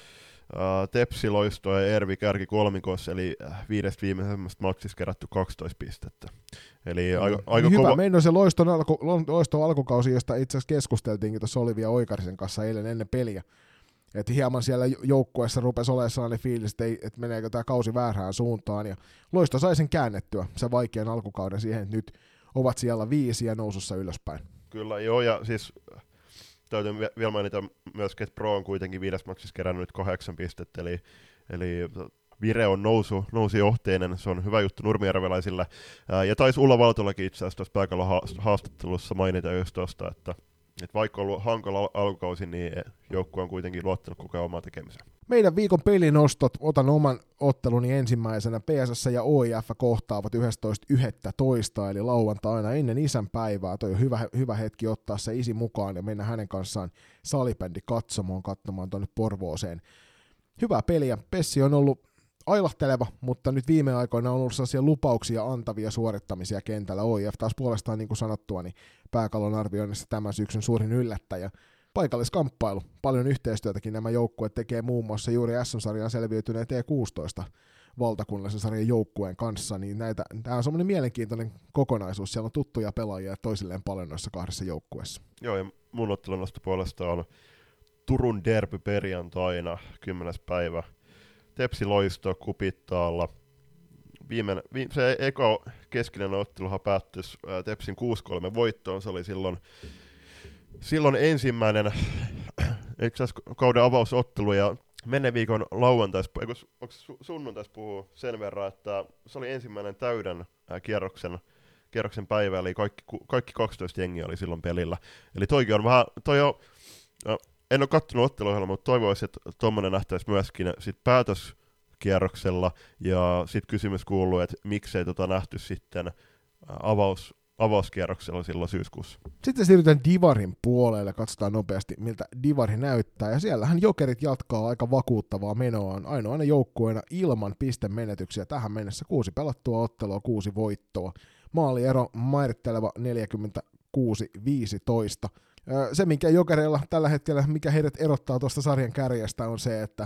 Uh, Tepsi, Loisto ja Ervi kärki kolmikossa, eli viidestä viimeisemmästä matsista kerätty kaksitoista pistettä. Eli mm. aika, aika hyvä, kova... meillä on se Loiston, alku, Loiston alkukausi, josta itse asiassa keskusteltiinkin tuossa Olivia Oikarisen kanssa eilen ennen peliä. Että hieman siellä joukkueessa rupesi olemaan sellainen fiilis, että, ei, että meneekö tämä kausi väärään suuntaan. Ja Loisto sai sen käännettyä, se vaikean alkukauden siihen, että nyt ovat siellä viisi ja nousussa ylöspäin. Kyllä, joo, ja siis täytyy vielä mainita myöskin, että Pro on kuitenkin viides matsissa kerännyt nyt kahdeksan pistettä, eli, eli vire on nousu, nousujohteinen, se on hyvä juttu nurmijärveläisillä. Ää, ja taisi Ulla Valtolakin itse asiassa tuossa pääkallon haastattelussa mainita just tuosta, että, että vaikka on ollut hankala alkukausi, niin joukkue on kuitenkin luottanut koko ajan omaa tekemiseen. Meidän viikon pelinostot, otan oman otteluni ensimmäisenä. P S S ja O I F kohtaavat yhdestoista yhdestoista eli lauantaina ennen isänpäivää. Toi on hyvä, hyvä hetki ottaa se isi mukaan ja mennä hänen kanssaan salibändi katsomaan, katsomaan tuonne Porvooseen. Hyvää peliä. Pessi on ollut ailahteleva, mutta nyt viime aikoina on ollut sellaisia lupauksia antavia suorittamisia kentällä. O I F taas puolestaan, niin kuin sanottua, niin pääkallon arvioinnissa tämän syksyn suurin yllättäjä. Paikalliskamppailu. Paljon yhteistyötäkin nämä joukkueet tekee muun muassa juuri S M-sarjan selviytyneen T kuusitoista valtakunnallisen sarjan joukkueen kanssa, niin näitä, tämä on semmoinen mielenkiintoinen kokonaisuus. Siellä on tuttuja pelaajia toisilleen paljon noissa kahdessa joukkueessa. Joo, ja mun ottelunosta puolestaan on Turun derby perjantaina, kymmenes päivä. Tepsi Loisto Kupittaalla. Viimeinen, viime, se eka keskinen otteluhan päättyi Tepsin kuusi kolme voittoon. Se oli silloin, silloin ensimmäinen itse asiassa kauden avausottelu. Ja menneen viikon lauantais, eikö sunnuntais puhuu sen verran, että se oli ensimmäinen täyden kierroksen, kierroksen päivä. Eli kaikki, kaikki kaksitoista jengiä oli silloin pelillä. Eli toikin on vähän, toi on, en ole kattonut otteluohjelmaa, mutta toivoisin, että tuommoinen nähtäisi myöskin sit päätöskierroksella, ja sitten kysymys kuuluu, että miksei tota nähty sitten avaus, avauskierroksella silloin syyskuussa. Sitten siirrytään Divarin puolelle, katsotaan nopeasti miltä Divari näyttää, ja siellähän Jokerit jatkaa aika vakuuttavaa menoaan, ainoana joukkueena ilman pistemenetyksiä tähän mennessä, kuusi pelattua ottelua, kuusi voittoa, maaliero mairitteleva neljäkymmentäkuusi viisitoista. Se, minkä Jokereilla tällä hetkellä, mikä heidät erottaa tuosta sarjan kärjestä, on se, että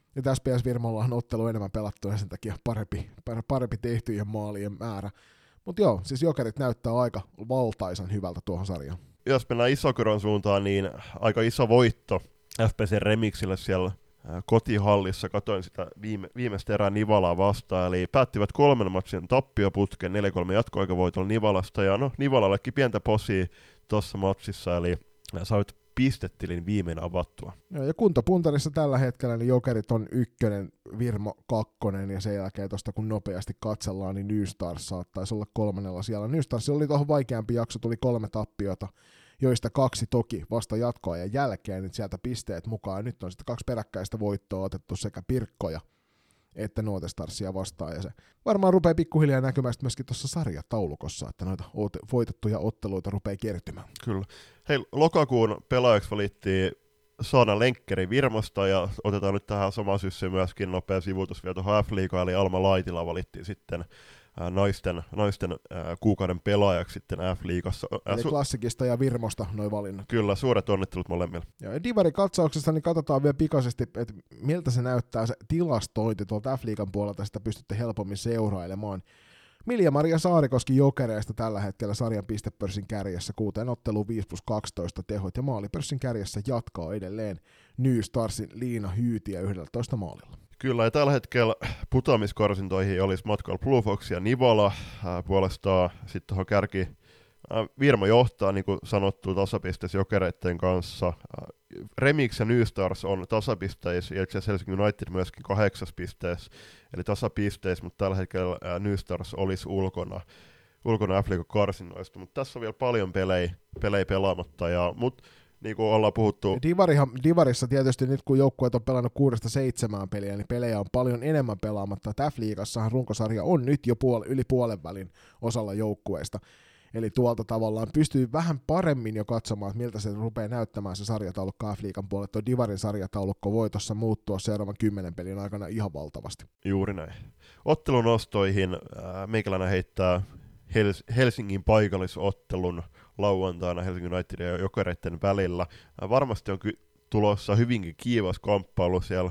S P S Virmolla on ottelu enemmän pelattu ja sen takia parempi, parempi tehtyjen maalien määrä. Mutta joo, siis Jokerit näyttää aika valtaisan hyvältä tuohon sarjaan. Jos mennään Isokyron suuntaan, niin aika iso voitto F P C Remixille siellä kotihallissa. Katoin sitä viime, viimeistä erää Nivalaa vastaan, eli päättivät kolmen matsin tappioputken, neljä kolme jatkoaikavoitolla Nivalasta, ja no Nivalallekin pientä posia tuossa matsissa, eli sait pistettilin viimein avattua. Joo, ja kuntopuntarissa tällä hetkellä niin Jokerit on ykkönen, Virmo kakkonen, ja sen jälkeen tuosta kun nopeasti katsellaan, niin New Stars saattaisi olla kolmannella siellä. New Stars oli tuohon vaikeampi jakso, tuli kolme tappiota, joista kaksi toki vasta jatkoajan jälkeen, nyt sieltä pisteet mukaan. Nyt on sitten kaksi peräkkäistä voittoa otettu sekä Pirkkoja että Nuote Starsia vastaan, ja se varmaan rupeaa pikkuhiljaa näkymään myöskin tuossa sarjataulukossa, että noita voitettuja otteluita rupeaa kertymään. Kyllä. Hei, lokakuun pelaajaksi valittiin Saana Lenkkeri Virmosta, ja otetaan nyt tähän samaan syssyyn myöskin nopea sivuutus vielä tuohon F-liigaan, eli Alma Laitila valittiin sitten ää, naisten, naisten ää, kuukauden pelaajaksi sitten F-liigassa. Ää, eli Klassikista ja Virmosta noin valinnat. Kyllä, suuret onnittelut molemmille. Ja Divarin katsauksesta niin katsotaan vielä pikaisesti, että miltä se näyttää se tilastointi tuolta F-liigan puolelta, sitä pystytte helpommin seurailemaan. Milja-Maria Saarikoski Jokereista tällä hetkellä sarjan pistepörssin kärjessä, kuuteen otteluun viisi plus kaksitoista tehot, ja maalipörssin kärjessä jatkaa edelleen New Starsin Liina Hyytiä yhdellätoista maalilla. Kyllä, ja tällä hetkellä putoamiskarsintoihin olisi matkalla Blue Fox ja Nivala, ää, puolestaan sitten tuohon kärki ää, Virmo johtaa, niin kuin sanottu, tasapisteessä Jokereiden kanssa. Ää, Remix ja New Stars on tasapisteissä, ja itse asiassa Helsingin United myöskin kahdeksas pisteessä, eli tasapisteissä, mutta tällä hetkellä ää, New Stars olisi ulkona, ulkona F-liigan karsinnoista, mutta tässä on vielä paljon pelejä, pelejä pelaamatta, ja mut niin kuin ollaan puhuttu. Divarihan, Divarissa tietysti nyt kun joukkueet on pelannut kuudesta seitsemään peliä, niin pelejä on paljon enemmän pelaamatta. F-liigassahan runkosarja on nyt jo puol- yli puolen välin osalla joukkueista. Eli tuolta tavallaan pystyy vähän paremmin jo katsomaan, että miltä se rupeaa näyttämään se sarjataulukko F-liigan puolelle. Tuo Divarin sarjataulukko voi tuossa muuttua seuraavan kymmenen pelin aikana ihan valtavasti. Juuri näin. Ottelunostoihin äh, meikäläinen heittää Hels- Helsingin paikallisottelun lauantaina Helsingin Unitedin ja Jokereiden välillä. Varmasti on ky- tulossa hyvinkin kiivas kamppailu siellä.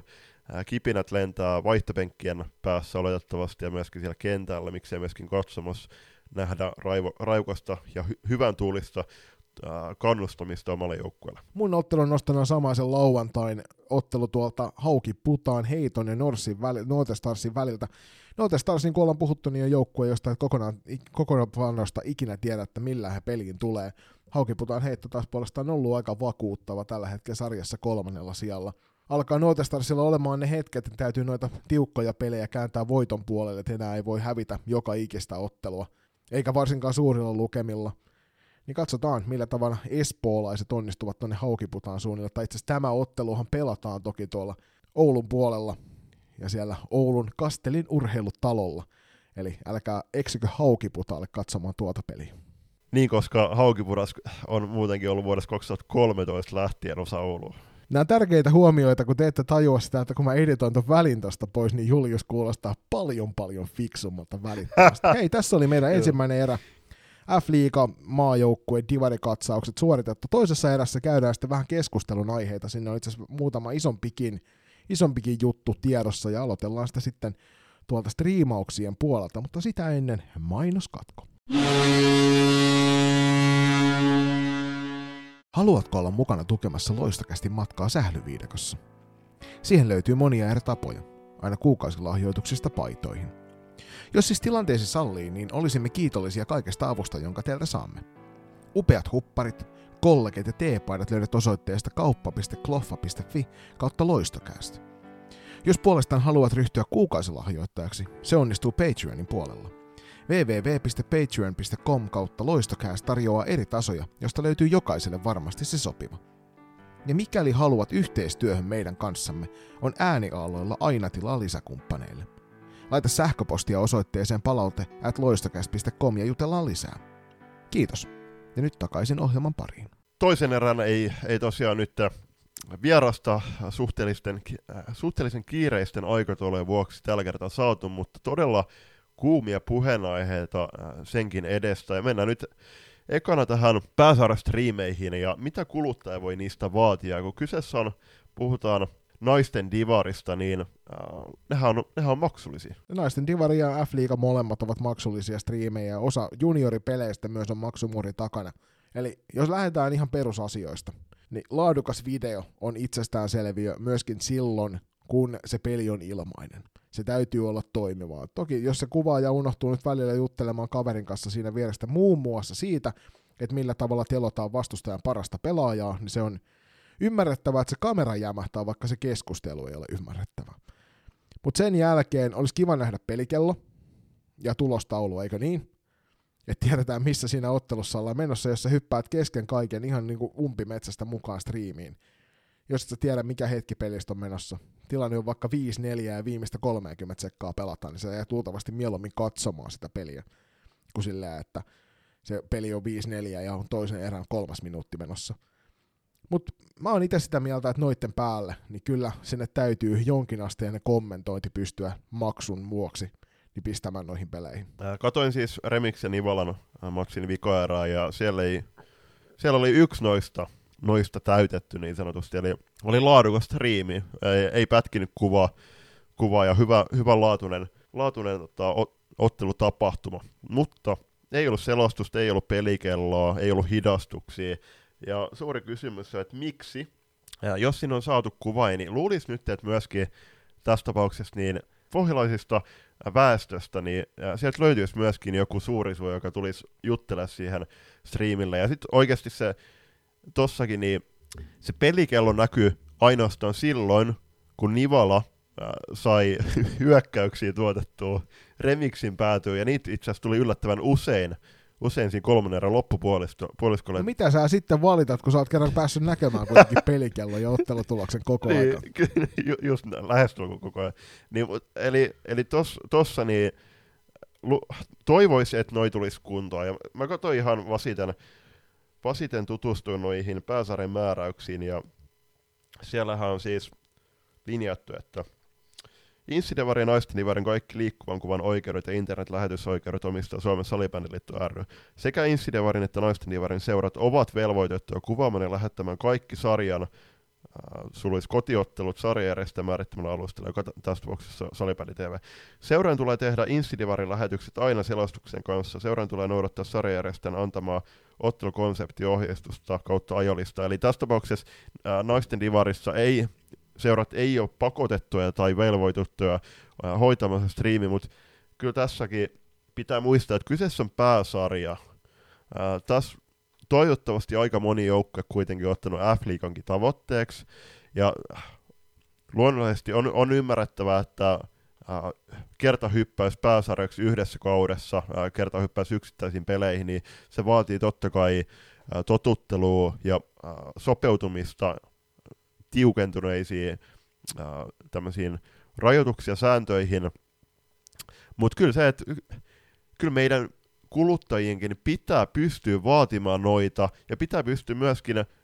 kipinät lentää vaihtopenkkien päässä oletettavasti ja myöskin siellä kentällä, miksei myöskin katsomus nähdä raivo, raukasta ja hy- hyvän tuulista kannustamista omalle joukkueelle. Mun ottelun nostana samaisen lauantain ottelu tuolta Hauki Putaan, Heiton ja Norsin väli, Northestarsin väliltä. Northestarsin, kun ollaan puhuttu, niin on joukkue, josta et kokonaan, kokonaan ikinä tiedä, että millä he peliin tulee. Hauki Putaan Heitto taas puolestaan on ollut aika vakuuttava tällä hetkellä sarjassa kolmannella sijalla. Alkaa Northestarsilla olemaan ne hetket, että täytyy noita tiukkoja pelejä kääntää voiton puolelle, että enää ei voi hävitä joka ikistä ottelua, eikä varsinkaan suurilla lukemilla. Niin katsotaan, millä tavalla espoolaiset onnistuvat tuonne Haukiputaan suunnille. Tai itse asiassa tämä otteluhan pelataan toki tuolla Oulun puolella ja siellä Oulun Kastelin urheilutalolla. Eli älkää eksykö Haukiputaalle katsomaan tuota peliä. Niin, koska Haukipudas on muutenkin ollut vuodesta kaksituhattakolmetoista lähtien osa Oulua. Nämä on tärkeitä huomioita, kun te ette tajua sitä, että kun mä editoin tuon välin tosta pois, niin Julius kuulostaa paljon paljon fiksummalta välittömästi. Hei, tässä oli meidän ensimmäinen erä. F-liiga maajoukkueen divarikatsaukset suoritettu. Toisessa erässä käydään sitten vähän keskustelun aiheita. Sinne on itse asiassa muutama isompikin, isompikin juttu tiedossa ja aloitellaan sitä sitten tuolta striimauksien puolelta, mutta sitä ennen mainoskatko. Haluatko olla mukana tukemassa Loistokästin matkaa sählyviidakossa? Siihen löytyy monia eri tapoja, aina kuukausilahjoituksista paitoihin. Jos siis tilanteesi sallii, niin olisimme kiitollisia kaikesta avusta, jonka teiltä saamme. Upeat hupparit, kollegit ja teepaidat löydät osoitteesta kauppa piste kloffa piste fi kautta Loistocast. Jos puolestaan haluat ryhtyä kuukausilahjoittajaksi, se onnistuu Patreonin puolella. www piste patreon piste com kautta Loistocast tarjoaa eri tasoja, josta löytyy jokaiselle varmasti se sopiva. Ja mikäli haluat yhteistyöhön meidän kanssamme, on ääniaaloilla aina tilaa lisäkumppaneille. Laita sähköpostia osoitteeseen palaute at loistocast piste com ja jutellaan lisää. Kiitos. Ja nyt takaisin ohjelman pariin. Toisen erän ei, ei tosiaan nyt vierasta suhteellisten, äh, suhteellisen kiireisten aikataulujen vuoksi tällä kertaa saatu, mutta todella kuumia puheenaiheita äh, senkin edestä. Ja mennään nyt ekana tähän pääsarjastriimeihin ja mitä kuluttaja voi niistä vaatia. Kun kyseessä on, puhutaan naisten divarista, niin äh, nehän, on, nehän on maksullisia. Naisten divari ja F-liiga molemmat ovat maksullisia striimejä ja osa junioripeleistä myös on maksumuurin takana. Eli jos lähdetään ihan perusasioista, niin laadukas video on itsestäänselviö myöskin silloin, kun se peli on ilmainen. Se täytyy olla toimivaa. Toki jos se kuvaaja unohtuu nyt välillä juttelemaan kaverin kanssa siinä vierestä muun muassa siitä, että millä tavalla telotaan vastustajan parasta pelaajaa, niin se on ymmärrettävää, että se kamera jämähtää, vaikka se keskustelu ei ole ymmärrettävää. Mutta sen jälkeen olisi kiva nähdä pelikello ja tulostaulu, eikö niin? Että tiedetään, missä siinä ottelussa ollaan menossa, jos sä hyppäät kesken kaiken ihan niin kuin umpimetsästä mukaan striimiin. Jos et sä tiedä, mikä hetki pelistä on menossa. Tilanne on vaikka viisi neljä ja viimeistä kolmekymmentä sekkaa pelataan, niin sä jäät luultavasti mieluummin katsomaan sitä peliä, kuin silleen, että se peli on viisi neljä ja on toisen erän kolmas minuutti menossa. Mutta mä oon itse sitä mieltä, että noitten päälle, niin kyllä sinne täytyy jonkinasteinen kommentointi pystyä maksun vuoksi niin pistämään noihin peleihin. Katoin siis Remix ja Nivalan matsin vikoerää ja siellä, ei, siellä oli yksi noista, noista täytetty niin sanotusti, eli oli laadukas striimi, ei, ei pätkinyt kuvaa, kuvaa ja hyvä, hyvä laatuinen, laatuinen tota, ottelutapahtuma, mutta ei ollut selostusta, ei ollut pelikelloa, ei ollut hidastuksia. Ja suuri kysymys on, että miksi, ja jos siinä on saatu kuva, niin luulisi nyt, että myöskin tässä tapauksessa niin pohjalaisista väestöstä, niin sieltä löytyisi myöskin joku suurisuo, joka tulisi juttelemaan siihen striimille. Ja sitten oikeasti se tossakin, niin se pelikello näkyy ainoastaan silloin, kun Nivala äh, sai hyökkäyksiä tuotettua Remixin päätyyn, ja niitä itse asiassa tuli yllättävän usein. Usein siinä kolmannen erän loppupuoliskolle. No mitä sä sitten valitat, kun sä oot kerran päässyt näkemään kuitenkin pelikello ja ottelutuloksen koko niin, ajan? Ju, just lähestulkoon koko ajan. Niin, eli eli tos, tossa niin toivoisin, että noi tulisi kuntoon. Ja mä katsoin ihan vasiten, vasiten tutustuin noihin pääsarjan määräyksiin, ja siellähän on siis linjattu, että Insidevarin ja naisten divarin kaikki liikkuvan kuvan oikeudet ja internet-lähetysoikeudet omistaa Suomen salibändiliitto ry. Sekä Insidevarin että naisten divarin seurat ovat velvoitettuja kuvaamaan ja lähettämään kaikki sarjan suluisi kotiottelut sarjajärjestäjän määrittämällä alustalla, joka tässä tapauksessa Salibändi T V. Seuraan tulee tehdä Insidivarin lähetykset aina selostuksen kanssa. Seuraan tulee noudattaa sarjajärjestäjän antamaa ottelukonseptiohjeistusta kautta ajolista. Eli tässä tapauksessa ää, naisten divarissa ei, seurat ei ole pakotettuja tai velvoitettuja ää, hoitamassa striimi, mutta kyllä tässäkin pitää muistaa, että kyseessä on pääsarja. Ää, tässä toivottavasti aika moni joukkue kuitenkin on ottanut F-liigankin tavoitteeksi, ja luonnollisesti on, on ymmärrettävää, että äh, kertahyppäys pääsarjaksi yhdessä kaudessa, äh, kertahyppäys yksittäisiin peleihin, niin se vaatii totta kai äh, totuttelua ja äh, sopeutumista tiukentuneisiin äh, tämmöisiin rajoituksia sääntöihin, mutta kyllä se, että kyllä meidän kuluttajienkin pitää pystyä vaatimaan noita, ja pitää pystyä myöskin äh,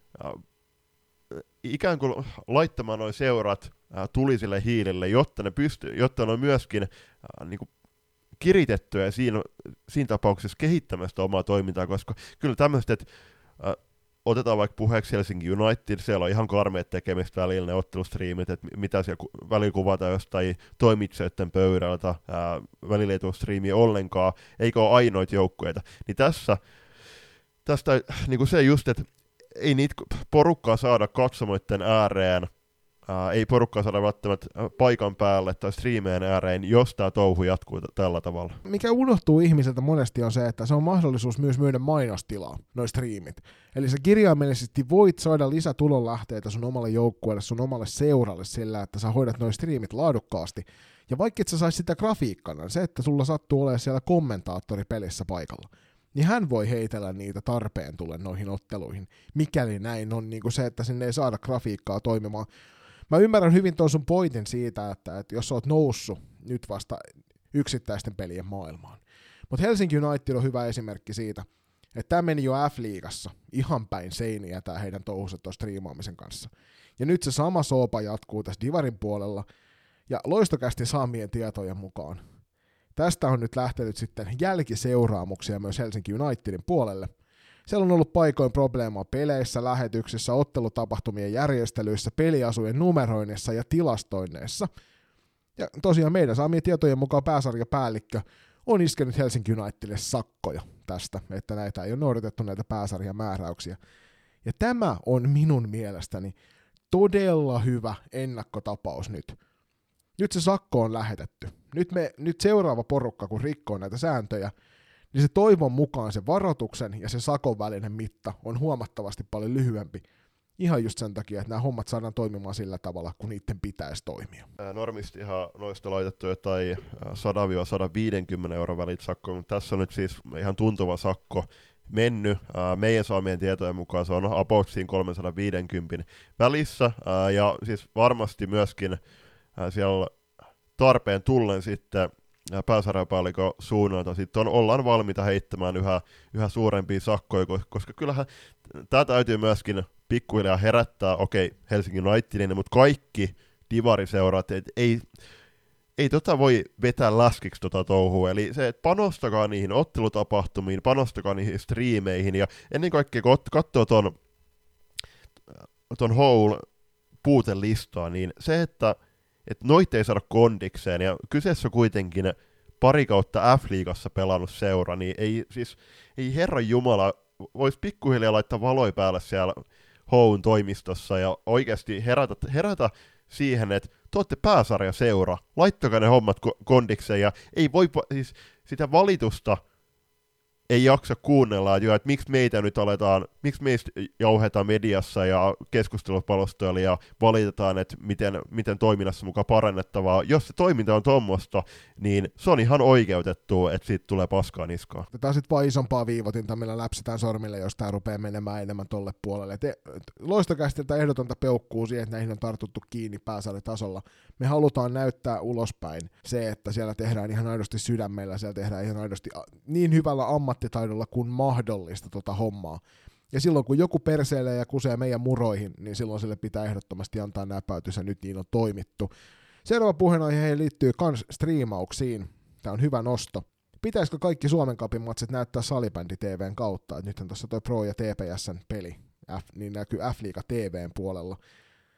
ikään kuin laittamaan nuo seurat äh, tulisille hiilille, jotta ne, pystyy, jotta ne on myöskin äh, niin kuin kiritettyä siinä, siinä tapauksessa kehittämästä omaa toimintaa, koska kyllä tämmöiset, että äh, otetaan vaikka puheeksi Helsinki United, siellä on ihan karmeet tekemistä välillä ne ottelustriimit, että mitä siellä välillä kuvataan jostain toimitsijoiden pöydältä, ää, välillä ei tule striimiä ollenkaan, eikä ole ainoita joukkueita. Niin tässä, tästä niin kuin se just, että ei niitä porukkaa saada katsomoiden ääreen, ää, ei porukkaa saada välttämättä paikan päälle tai striimeen ääreen, jos tämä touhu jatkuu t- tällä tavalla. Mikä unohtuu ihmiseltä monesti on se, että se on mahdollisuus myös myydä mainostilaa, noi striimit. Eli sä kirjaimellisesti voit saada lisätulonlähteitä sun omalle joukkueelle, sun omalle seuralle sillä, että sä hoidat noi striimit laadukkaasti. Ja vaikka et sä sais sitä grafiikkana, se, että sulla sattuu olemaan siellä kommentaattori pelissä paikalla, niin hän voi heitellä niitä tarpeen tullen noihin otteluihin, mikäli näin on niin kuin se, että sinne ei saada grafiikkaa toimimaan. Mä ymmärrän hyvin tuon sun pointin siitä, että, että jos sä oot noussut nyt vasta yksittäisten pelien maailmaan. Mutta Helsinki United on hyvä esimerkki siitä, että tämä meni jo F-liigassa ihan päin seiniä tämä heidän touhunsa tuon striimaamisen kanssa. Ja nyt se sama soopa jatkuu tässä Divarin puolella, ja Loistokästin saamien tietojen mukaan. Tästä on nyt lähtenyt sitten jälkiseuraamuksia myös Helsinki Unitedin puolelle. Siellä on ollut paikoin probleemaa peleissä, lähetyksissä, ottelutapahtumien järjestelyissä, peliasujen numeroinnissa ja tilastoinneissa. Ja tosiaan meidän saamien tietojen mukaan pääsarjapäällikkö on iskenyt Helsinki Unitedille sakkoja tästä, että näitä ei ole noudatettu näitä pääsarjamääräyksiä. Ja tämä on minun mielestäni todella hyvä ennakkotapaus nyt. Nyt se sakko on lähetetty. Nyt, me, nyt seuraava porukka, kun rikkoo näitä sääntöjä, niin se toivon mukaan se varoituksen ja se sakon välinen mitta on huomattavasti paljon lyhyempi. Ihan just sen takia, että nämä hommat saadaan toimimaan sillä tavalla, kun niiden pitäisi toimia. Normisti ihan noista laitettu jotain sata sata viisikymmentä euron välit sakko, mutta tässä on nyt siis ihan tuntuva sakko mennyt. Meidän saamien tietojen mukaan se on about siinä kolmesataaviisikymmentä välissä, ja siis varmasti myöskin siellä tarpeen tullen sitten pääsarjapäällikön suunnalta sitten on, ollaan valmiita heittämään yhä, yhä suurempia sakkoja, koska kyllähän tämä täytyy myöskin pikkuhiljaa herättää, okei, okay, Helsingin Unitedin, mutta kaikki divariseurat, et ei, ei tota voi vetää läskiksi tota touhua, eli se, että panostakaa niihin ottelutapahtumiin, panostakaa niihin striimeihin, ja ennen kaikkea kun katsoo ton, ton whole puutelistaa, niin se, että että noita ei saada kondikseen, ja kyseessä on kuitenkin pari kautta F-liigassa pelannut seura, niin ei, siis, ei Herran Jumala voisi pikkuhiljaa laittaa valoi päälle siellä Houn toimistossa, ja oikeasti herätä, herätä siihen, että te olette pääsarjaseura, laittakaa ne hommat kondikseen, ja ei voi, siis sitä valitusta ei jaksa kuunnella, että, että miksi meitä nyt aletaan, miksi meistä jauhetaan mediassa ja keskustelupalstoilla ja valitetaan, että miten, miten toiminnassa mukaan parannettavaa. Jos se toiminta on tuommoista, niin se on ihan oikeutettu, että siitä tulee paskaa niskaa. Tämä on sitten vaan isompaa viivotinta, millä läpsitään sormille, jos tämä rupeaa menemään enemmän tolle puolelle. Te, Loistokästiltä ehdotonta peukkuu siihen, että näihin on tartuttu kiinni pääsarjatasolla. Me halutaan näyttää ulospäin se, että siellä tehdään ihan aidosti sydämellä, siellä tehdään ihan aidosti niin hyvällä ammattitaidolla kuin mahdollista tota hommaa. Ja silloin kun joku perseilee ja kusee meidän muroihin, niin silloin sille pitää ehdottomasti antaa näpäytys, ja nyt niin on toimittu. Seuraava puheenaihe liittyy kans striimauksiin. Tämä on hyvä nosto. Pitäisikö kaikki Suomen Cupin matsit näyttää Salibändi T V:n kautta? Nythän tuossa toi Pro ja T P S:n peli, F, niin näkyy F-liiga T V:n puolella.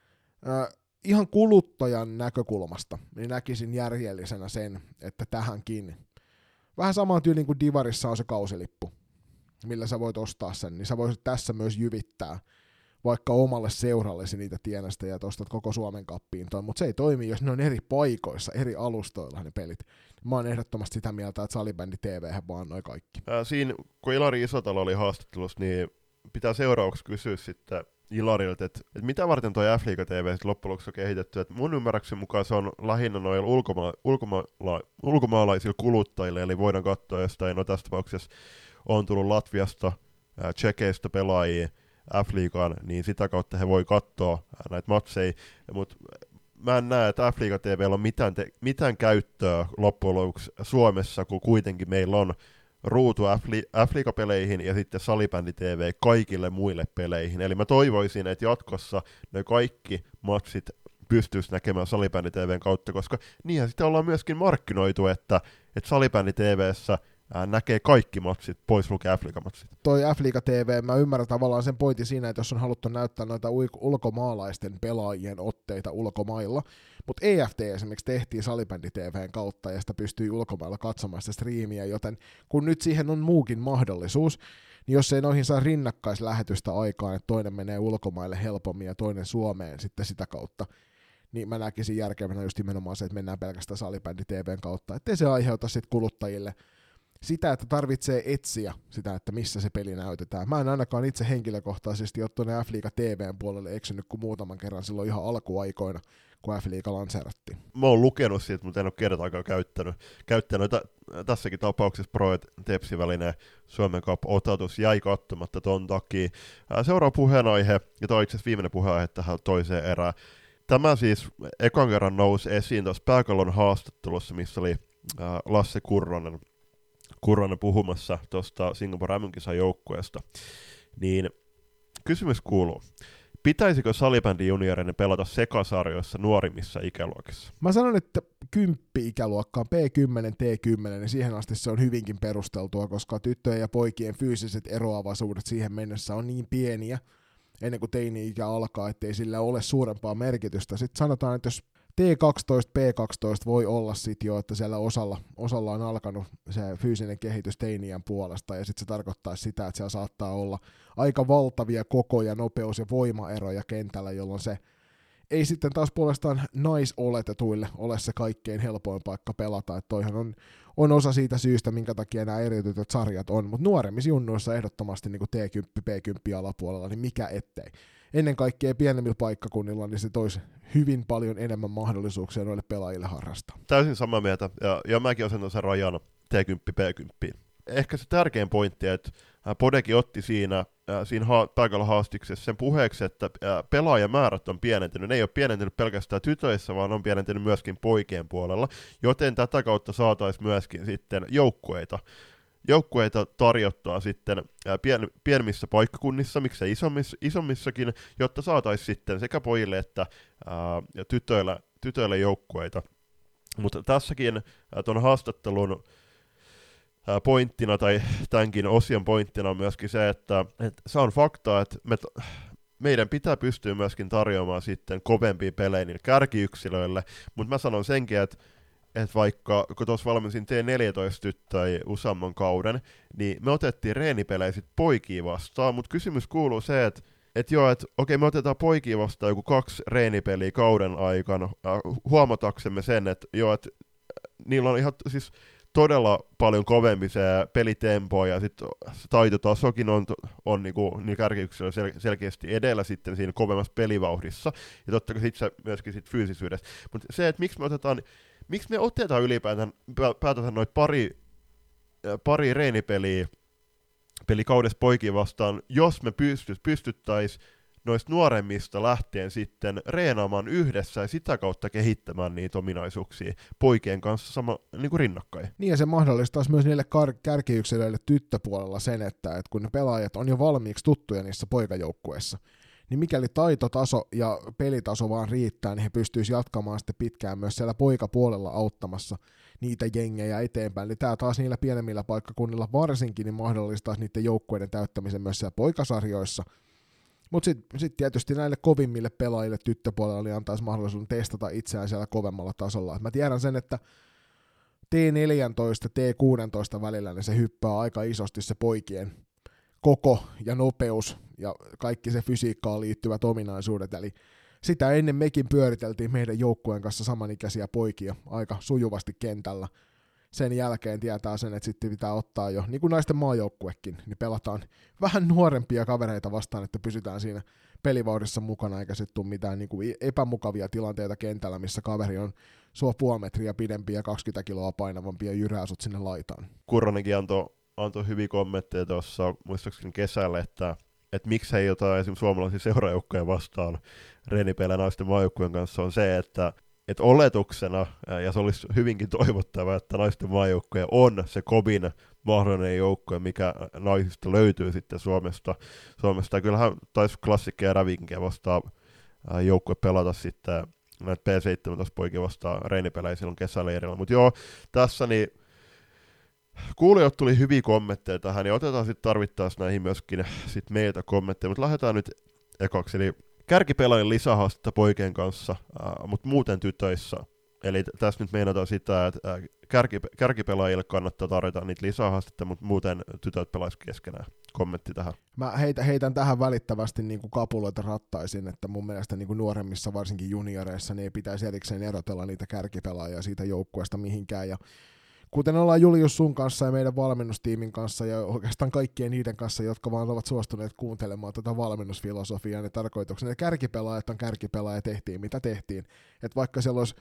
Ö, ihan kuluttajan näkökulmasta niin näkisin järjellisenä sen, että tähänkin vähän samaan tyyliin kuin Divarissa on se kausilippu, millä sä voit ostaa sen, niin sä voisit tässä myös jyvittää vaikka omalle seurallesi niitä tienestä ja ostat koko Suomen kappiin toi, mutta se ei toimi, jos ne on eri paikoissa, eri alustoilla ne pelit. Mä oon ehdottomasti sitä mieltä, että Salibändi T V vaan noi kaikki. Ää, siinä, kun Ilari Isotalo oli haastattelussa, niin pitää seuraavaksi kysyä sitten Ilarilta, että, että mitä varten toi F-Liiga T V loppujen lopuksi on kehitetty. Että mun ymmärryksen mukaan se on lähinnä noilla ulkoma- ulkoma- ulkomaalaisilla kuluttajille, eli voidaan katsoa jostain, no tässä tapauksessa on tullut Latviasta, ää, Tsekeistä pelaajia F-liigaan, niin sitä kautta he voi katsoa näitä matseja, mutta mä en näe, että F-liiga T V:llä on mitään, te- mitään käyttöä loppujen lopuksi Suomessa, kun kuitenkin meillä on ruutu F-liiga-peleihin ja sitten Salibändi T V kaikille muille peleihin. Eli mä toivoisin, että jatkossa ne kaikki matsit pystyisi näkemään Salibändi T V:n kautta, koska niinhän sitten ollaan myöskin markkinoitu, että, että Salibändi T V:ssä ää, näkee kaikki matsit, pois lukee F-liiga-matsit. Toi F-liiga T V, mä ymmärrän tavallaan sen pointin siinä, että jos on haluttu näyttää noita ulkomaalaisten pelaajien otteita ulkomailla, mutta E F T esimerkiksi tehtiin Salibändi T V:n kautta ja sitä pystyi ulkomailla katsomaan sitä striimiä, joten kun nyt siihen on muukin mahdollisuus, niin jos ei noihin saa rinnakkaislähetystä aikaan, että toinen menee ulkomaille helpommin ja toinen Suomeen sitten sitä kautta, niin mä näkisin järkevänä just nimenomaan se, että mennään pelkästään Salibändi T V:n kautta, ettei se aiheuta sitten kuluttajille sitä, että tarvitsee etsiä sitä, että missä se peli näytetään. Mä en ainakaan itse henkilökohtaisesti ole tuonne F-liiga T V:n puolelle eksynyt kuin muutaman kerran silloin ihan alkuaikoina, kun F-liiga lanseerattiin. Mä oon lukenut siitä, mutta en ole kertaakaan käyttänyt. käyttänyt. T- tässäkin tapauksessa Pro ja Tepsi välinen Suomen Cup-otatus jäi katsomatta ton takia. Seuraava puheenaihe, ja toi itse asiassa viimeinen puheenaihe tähän toiseen erään. Tämä siis ekan kerran nousi esiin tuossa Pääkallon haastattelussa, missä oli Lasse Kurronen, Kurronen puhumassa tuosta Singapore M-kisan joukkueesta, niin kysymys kuuluu, pitäisikö salibändi junioreiden pelata sekasarjoissa nuorimmissa ikäluokissa? Mä sanon, että kymppi-ikäluokkaan, P kymmenen, T kymmenen, niin siihen asti se on hyvinkin perusteltua, koska tyttöjen ja poikien fyysiset eroavaisuudet siihen mennessä on niin pieniä, ennen kuin teini-ikä alkaa, ettei sillä ole suurempaa merkitystä. Sitten sanotaan, että jos T kaksitoista, P kaksitoista voi olla sitten jo, että siellä osalla, osalla on alkanut se fyysinen kehitys teiniän puolesta, ja sitten se tarkoittaa sitä, että siellä saattaa olla aika valtavia kokoja, nopeus- ja voimaeroja kentällä, jolloin se ei sitten taas puolestaan naisoletetuille ole se kaikkein helpoin paikka pelata, että toihan on, on osa siitä syystä, minkä takia nämä eriytetyt sarjat on, mutta nuoremmissa junnuissa ehdottomasti niin kuin T kymmenen, P kymmenen alapuolella, niin mikä ettei. Ennen kaikkea pienemmillä paikkakunnilla, niin se toisi hyvin paljon enemmän mahdollisuuksia noille pelaajille harrastaa. Täysin samaa mieltä, ja, ja mäkin olen sen rajan T kymmenen, P kymmenen. Ehkä se tärkein pointti, että Podekin otti siinä, siinä ha- Pääkallon haastiksessa sen puheeksi, että pelaajamäärät on pienentynyt. Ne ei ole pienentynyt pelkästään tytöissä, vaan on pienentynyt myöskin poikien puolella, joten tätä kautta saataisiin myöskin sitten joukkueita. joukkueita tarjottaa sitten ää, pien, pienemmissä paikkakunnissa, miksei isommissa, isommissakin, jotta saataisiin sitten sekä pojille että ää, ja tytöille, tytöille joukkueita. Mutta tässäkin ää, tuon haastattelun ää, pointtina tai tämänkin osion pointtina on myöskin se, että, että se on fakta, että me t- meidän pitää pystyä myöskin tarjoamaan sitten kovempia pelejä niille kärkiyksilöille, mutta mä sanon senkin, että että vaikka, kun tuossa valmensin T neljätoista tai useamman kauden, niin me otettiin reenipelejä sit poikia vastaan, mutta kysymys kuuluu se, että et joo, että okei, me otetaan poikia vastaan joku kaksi reenipeliä kauden aikana, äh, huomataksemme sen, että joo, että niillä on ihan siis todella paljon kovempi se pelitempo, ja sitten taitotasokin on, on niinku, niin kärkiyksilö sel- selkeästi edellä sitten siinä kovemmassa pelivauhdissa, ja totta kai sitten myöskin sit fyysisyydessä. Mutta se, että miksi me otetaan Miksi me otetaan ylipäätään päätetään noita pari, pari reenipeliä pelikaudessa poikia vastaan, jos me pystyt, pystyttäisiin noista nuoremmista lähtien sitten reenaamaan yhdessä ja sitä kautta kehittämään niitä ominaisuuksia poikien kanssa sama, niin kuin rinnakkain. Niin, ja se mahdollistaisi myös niille kar- kärkiyksilöille tyttöpuolella sen, että, että kun ne pelaajat on jo valmiiksi tuttuja niissä poikajoukkueissa, niin mikäli taitotaso ja pelitaso vaan riittää, niin he pystyisivät jatkamaan sitten pitkään myös siellä poikapuolella auttamassa niitä jengejä eteenpäin. Eli tämä taas niillä pienemmillä paikkakunnilla varsinkin niin mahdollistaisi niiden joukkueiden täyttämisen myös siellä poikasarjoissa. Mutta sitten sit tietysti näille kovimmille pelaajille tyttöpuolella niin antaisi mahdollisuuden testata itseään siellä kovemmalla tasolla. Et mä tiedän sen, että T neljätoista T kuusitoista välillä niin se hyppää aika isosti se poikien koko ja nopeus ja kaikki se fysiikkaan liittyvät ominaisuudet. Eli sitä ennen mekin pyöriteltiin meidän joukkueen kanssa samanikäisiä poikia aika sujuvasti kentällä. Sen jälkeen tietää sen, että sitten pitää ottaa jo, niin kuin naisten maajoukkuekin, niin pelataan vähän nuorempia kavereita vastaan, että pysytään siinä pelivauhdissa mukana, eikä sitten tule mitään niin kuin epämukavia tilanteita kentällä, missä kaveri on sua puoli metriä pidempi ja kaksikymmentä kiloa painavampi ja jyrää sut sinne laitaan. Kurronenkin antoi antoi hyviä kommentteja tuossa muistaakseni kesällä, että, että miksei jotain esimerkiksi suomalaisia seurajoukkoja vastaan reenipelejä naisten maajoukkueen kanssa on se, että että oletuksena, ja se olisi hyvinkin toivottava, että naisten maajoukkue on se kovin mahdollinen joukkue, mikä naisista löytyy sitten Suomesta. Suomesta. Ja kyllähän taisi Klassikkeja ja Rävinkiä vastaan joukkue pelata sitten näitä P seitsemäntoista-poikia vastaan reenipelejä silloin kesäleirillä. Mutta joo, tässä niin kuulijat tuli hyviä kommentteja tähän, ja otetaan sitten tarvittaessa näihin myöskin sit meiltä kommentteja, mutta lähdetään nyt ekaksi, eli kärkipelaajien lisähaastetta poikien kanssa, äh, mutta muuten tytöissä. Eli t- tässä nyt meinataan sitä, että äh, kärki, kärkipelaajille kannattaa tarjota niitä lisähaastetta, mutta muuten tytöt pelaisi keskenään. Kommentti tähän. Mä heitä, heitän tähän välittävästi niin kuin kapuloita rattaisin, että mun mielestä niin kuin nuoremmissa, varsinkin junioreissa, niin ei pitäisi erikseen erotella niitä kärkipelaajia siitä joukkueesta mihinkään. Ja kuten ollaan Julius sun kanssa ja meidän valmennustiimin kanssa ja oikeastaan kaikkien niiden kanssa, jotka vaan ovat suostuneet kuuntelemaan tätä valmennusfilosofiaa, niin tarkoituksena, että kärkipelaajat on kärkipelaaja, tehtiin mitä tehtiin. Että vaikka siellä olisi,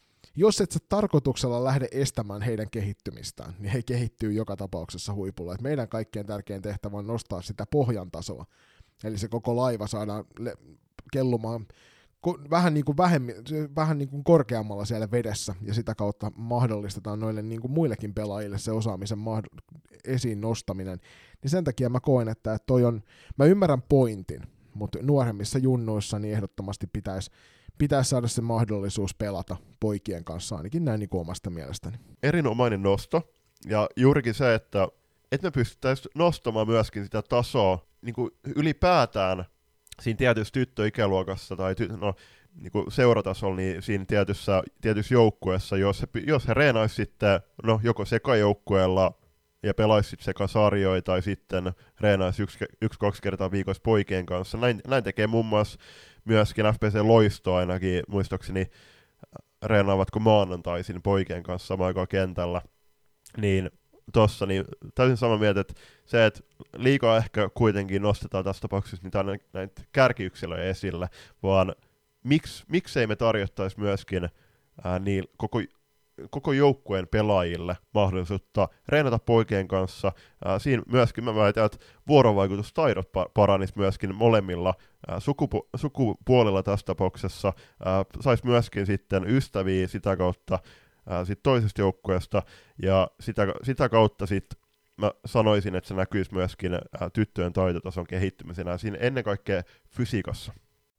jos et sä tarkoituksella lähde estämään heidän kehittymistään, niin he kehittyy joka tapauksessa huipulla. Et meidän kaikkien tärkein tehtävä on nostaa sitä pohjan tasoa. Eli se koko laiva saadaan le- kellumaan vähän niin kuin, vähemmin, vähän niin kuin korkeammalla siellä vedessä, ja sitä kautta mahdollistetaan noille niin kuin muillekin pelaajille se osaamisen mahd- esiin nostaminen. Niin sen takia mä koen, että toi on, mä ymmärrän pointin, mutta nuoremmissa junnuissa niin ehdottomasti pitäisi pitäisi saada se mahdollisuus pelata poikien kanssa, ainakin näin niin kuin omasta mielestäni. Erinomainen nosto, ja juurikin se, että, että me pystyttäisiin nostamaan myöskin sitä tasoa niin kuin ylipäätään siinä tietyssä tyttöikäluokassa tai ty- no, niin kuin seuratasolla, niin siinä tietyssä, tietyssä joukkueessa, jos he, jos he reenaisi sitten no, joko sekajoukkueella ja pelaisi sitten sekasarjoja tai sitten reenaisi yksi, yksi kaksi kertaa viikossa poikien kanssa. Näin, näin tekee muun muassa myöskin F P C Loisto ainakin, muistaakseni reenaavatko maanantaisin poikien kanssa samaan aikaan kentällä. Niin tossa niin täysin samaa mieltä, että se, että liikaa ehkä kuitenkin nostetaan tässä tapauksessa mitään näitä kärkiyksilöjä esille, vaan miksi, miksei me tarjottaisi myöskin ää, niin koko, koko joukkueen pelaajille mahdollisuutta reenata poikien kanssa. Ää, siinä myöskin mä väitän, että vuorovaikutustaidot pa- paranisi myöskin molemmilla ää, sukupu- sukupuolilla tässä tapauksessa. Ää, sais myöskin sitten ystäviä sitä kautta ää, sit toisesta joukkueesta, ja sitä, sitä kautta sitten mä sanoisin, että se näkyisi myöskin ää, tyttöjen taitotason kehittymisenä siinä ennen kaikkea fysiikassa.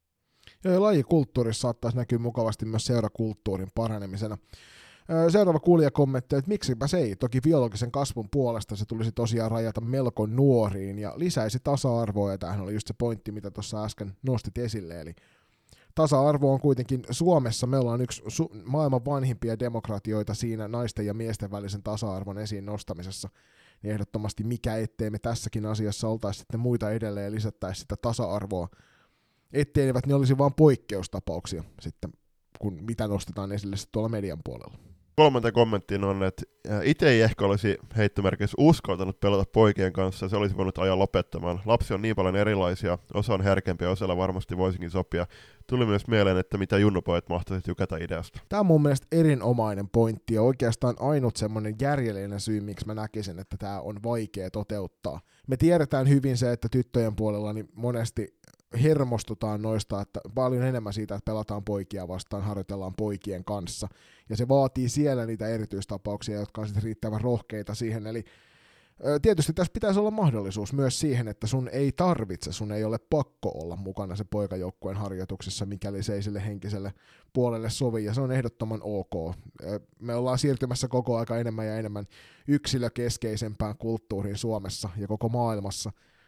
Joo, ja lajikulttuurissa saattaisi näkyä mukavasti myös seurakulttuurin paranemisena. Seuraava kuulija kommentti, että miksipä se ei. Toki biologisen kasvun puolesta se tulisi tosiaan rajata melko nuoriin ja lisäisi tasa-arvoa, ja tämähän oli just se pointti, mitä tuossa äsken nostit esille, eli tasa-arvo on kuitenkin Suomessa, me ollaan yksi su- maailman vanhimpia demokratioita siinä naisten ja miesten välisen tasa-arvon esiin nostamisessa, niin ehdottomasti mikä ettei me tässäkin asiassa oltaisi sitten muita edelleen ja lisättäisi sitä tasa-arvoa, etteivät ne olisi vain poikkeustapauksia sitten, kun mitä nostetaan esille sitten tuolla median puolella. Kolmanteen kommenttiin on, että itse ei ehkä olisi heittomerkissä uskaltanut pelata poikien kanssa, se olisi voinut ajaa lopettamaan. Lapsi on niin paljon erilaisia, osa on herkempiä, osalla varmasti voisinkin sopia. Tuli myös mieleen, että mitä junnupojat mahtaisi tykätä ideasta. Tämä on mun mielestä erinomainen pointti ja oikeastaan ainut semmoinen järjellinen syy, miksi mä näkisin, että tämä on vaikea toteuttaa. Me tiedetään hyvin se, että tyttöjen puolella niin monesti hermostutaan noista, että paljon enemmän siitä, että pelataan poikia vastaan, harjoitellaan poikien kanssa. Ja se vaatii siellä niitä erityistapauksia, jotka on sitten riittävän rohkeita siihen. Eli tietysti tässä pitäisi olla mahdollisuus myös siihen, että sun ei tarvitse, sun ei ole pakko olla mukana se poikajoukkueen harjoituksissa, mikäli se ei sille henkiselle puolelle sovi, ja se on ehdottoman ok. Me ollaan siirtymässä koko aika enemmän ja enemmän yksilökeskeisempään kulttuuriin Suomessa ja koko maailmassa.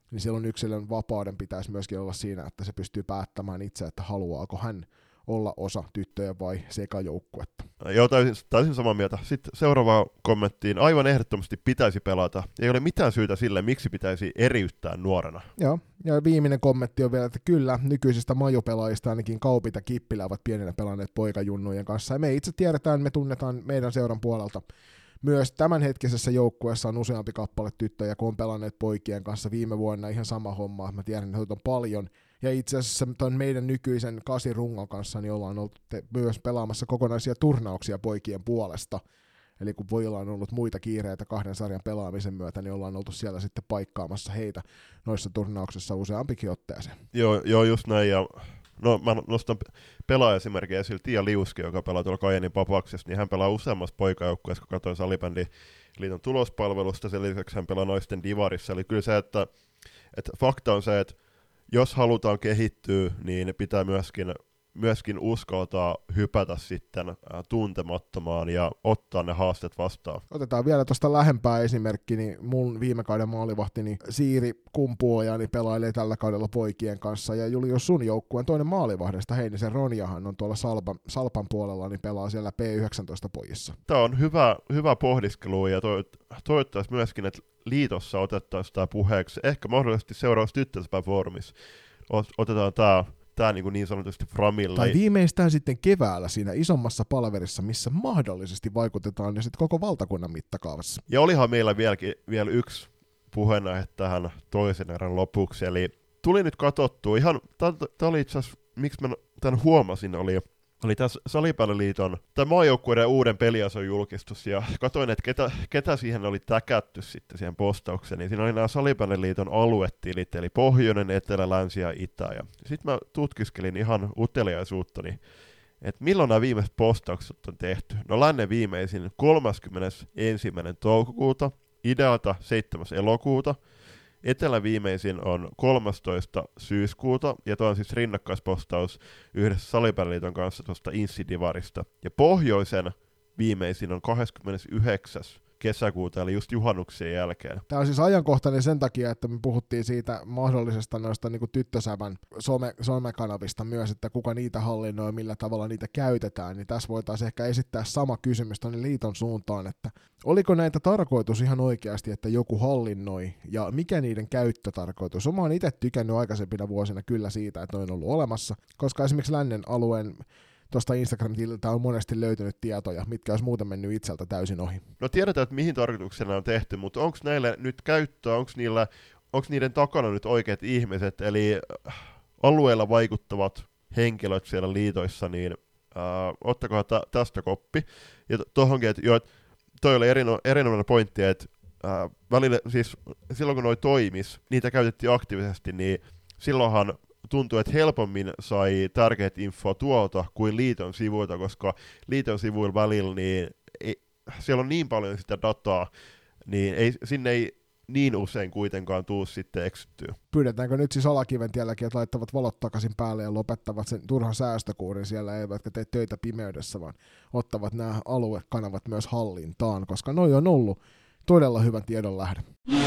niin silloin yksilön vapauden pitäisi myöskin olla siinä, että se pystyy päättämään itse, että haluaako hän olla osa tyttöjä vai sekajoukkuetta. Joo, täysin, täysin samaa mieltä. Sitten seuraavaan kommenttiin. Aivan ehdottomasti pitäisi pelata. Ei ole mitään syytä sille, miksi pitäisi eriyttää nuorena. Joo, ja viimeinen kommentti on vielä, että kyllä, nykyisistä majopelaajista ainakin Kaupit ja Kippilä ovat pienenä pelanneet poikajunnujen kanssa. Ja me itse tiedetään, me tunnetaan meidän seuran puolelta. Myös tämänhetkisessä joukkueessa on useampi kappale tyttöjä, kun on pelanneet poikien kanssa viime vuonna ihan sama homma. Mä tiedän, että heitä on paljon. Ja itse asiassa ton meidän nykyisen kasi rungon kanssa niin ollaan ollut myös pelaamassa kokonaisia turnauksia poikien puolesta. Eli kun pojilla on ollut muita kiireitä kahden sarjan pelaamisen myötä, niin ollaan oltu siellä sitten paikkaamassa heitä noissa turnauksissa useampikin otteeseen. Joo, joo just näin. Ja no, mä nostan pelaajaesimerkin esille Tiia Liuski, joka pelaa tuolla Kajanin Papaksessa, niin hän pelaa useammassa poikajoukkueessa, kun katsoin Salibändiliiton tulospalvelusta, sen lisäksi hän pelaa naisten divarissa. Eli kyllä se, että, että fakta on se, että jos halutaan kehittyä, niin pitää myöskin, myöskin uskaltaa hypätä sitten tuntemattomaan ja ottaa ne haasteet vastaan. Otetaan vielä tuosta lähempää esimerkki, niin mun viime kauden maalivahtini Siiri Kumpuojani pelailee tällä kaudella poikien kanssa, ja Julius sun joukkueen toinen maalivahdesta, Heinisen Ronjahan on tuolla Salpan, Salpan puolella, niin pelaa siellä P yhdeksäntoista pojissa. Tämä on hyvä, hyvä pohdiskelu, ja toivottavasti myöskin, että liitossa otettaisiin tämä puheeksi, ehkä mahdollisesti seuraavassa tyttöspäfoorumissa otetaan tämä Tämä niin, niin sanotusti framille. Tai viimeistään sitten keväällä siinä isommassa palaverissa, missä mahdollisesti vaikutetaan ja sitten koko valtakunnan mittakaavassa. Ja olihan meillä vieläkin, vielä yksi puheenaihe tähän toisen erän lopuksi, eli tuli nyt katsottua, ihan, tämä oli itse asiassa, miksi mä tämän huomasin, oli, oli tässä Salibändiliiton, tämä maajoukkueiden uuden peliason julkistus, ja katsoin, että ketä, ketä siihen oli täkätty sitten siihen postaukseen, niin siinä oli nämä Salibändiliiton aluetilit, eli Pohjoinen, Etelä, Länsi ja Itä, ja sitten mä tutkiskelin ihan uteliaisuuttani, että milloin nämä viimeiset postaukset on tehty. No lännen viimeisin kolmaskymmenesensimmäinen toukokuuta, Idealta seitsemäs elokuuta, Etelän viimeisin on kolmastoista syyskuuta, ja tuo on siis rinnakkaispostaus yhdessä Salibändiliiton kanssa tuosta Insidivarista. Ja pohjoisen viimeisin on kahdeskymmenesyhdeksäs kesäkuuta, eli just juhannuksen jälkeen. Tämä on siis ajankohtainen sen takia, että me puhuttiin siitä mahdollisesta noista niin kuin tyttösävän some, somekanavista myös, että kuka niitä hallinnoi, millä tavalla niitä käytetään, niin tässä voitaisiin ehkä esittää sama kysymys tuonne liiton suuntaan, että oliko näitä tarkoitus ihan oikeasti, että joku hallinnoi, ja mikä niiden käyttötarkoitus on? Mä oon itse tykännyt aikaisempina vuosina kyllä siitä, että ne on ollut olemassa, koska esimerkiksi lännen alueen tuosta Instagram-tililtä on monesti löytynyt tietoja, mitkä olisi muuten mennyt itseltä täysin ohi. No tiedetään, että mihin tarkoituksena on tehty, mutta onko näille nyt käyttöä, onko niillä, onko niiden takana nyt oikeat ihmiset, eli alueella vaikuttavat henkilöt siellä liitoissa, niin äh, ottakaa t- tästä koppi. Ja tuohonkin, että jo, toi oli erino, erinomainen pointti, että äh, välillä, siis silloin kun noi toimis, niitä käytettiin aktiivisesti, niin silloinhan tuntuu, että helpommin sai tärkeät infoa tuolta kuin liiton sivuilta, koska liiton sivuilla välillä niin ei, siellä on niin paljon sitä dataa, niin ei, sinne ei niin usein kuitenkaan tuu sitten eksyttyä. Pyydetäänkö nyt siis Alakiventielläkin, että laittavat valot takaisin päälle ja lopettavat sen turhan säästökuurin siellä, eivätkä tee töitä pimeydessä, vaan ottavat nämä aluekanavat myös hallintaan, koska noi on ollut todella hyvän tiedon lähde.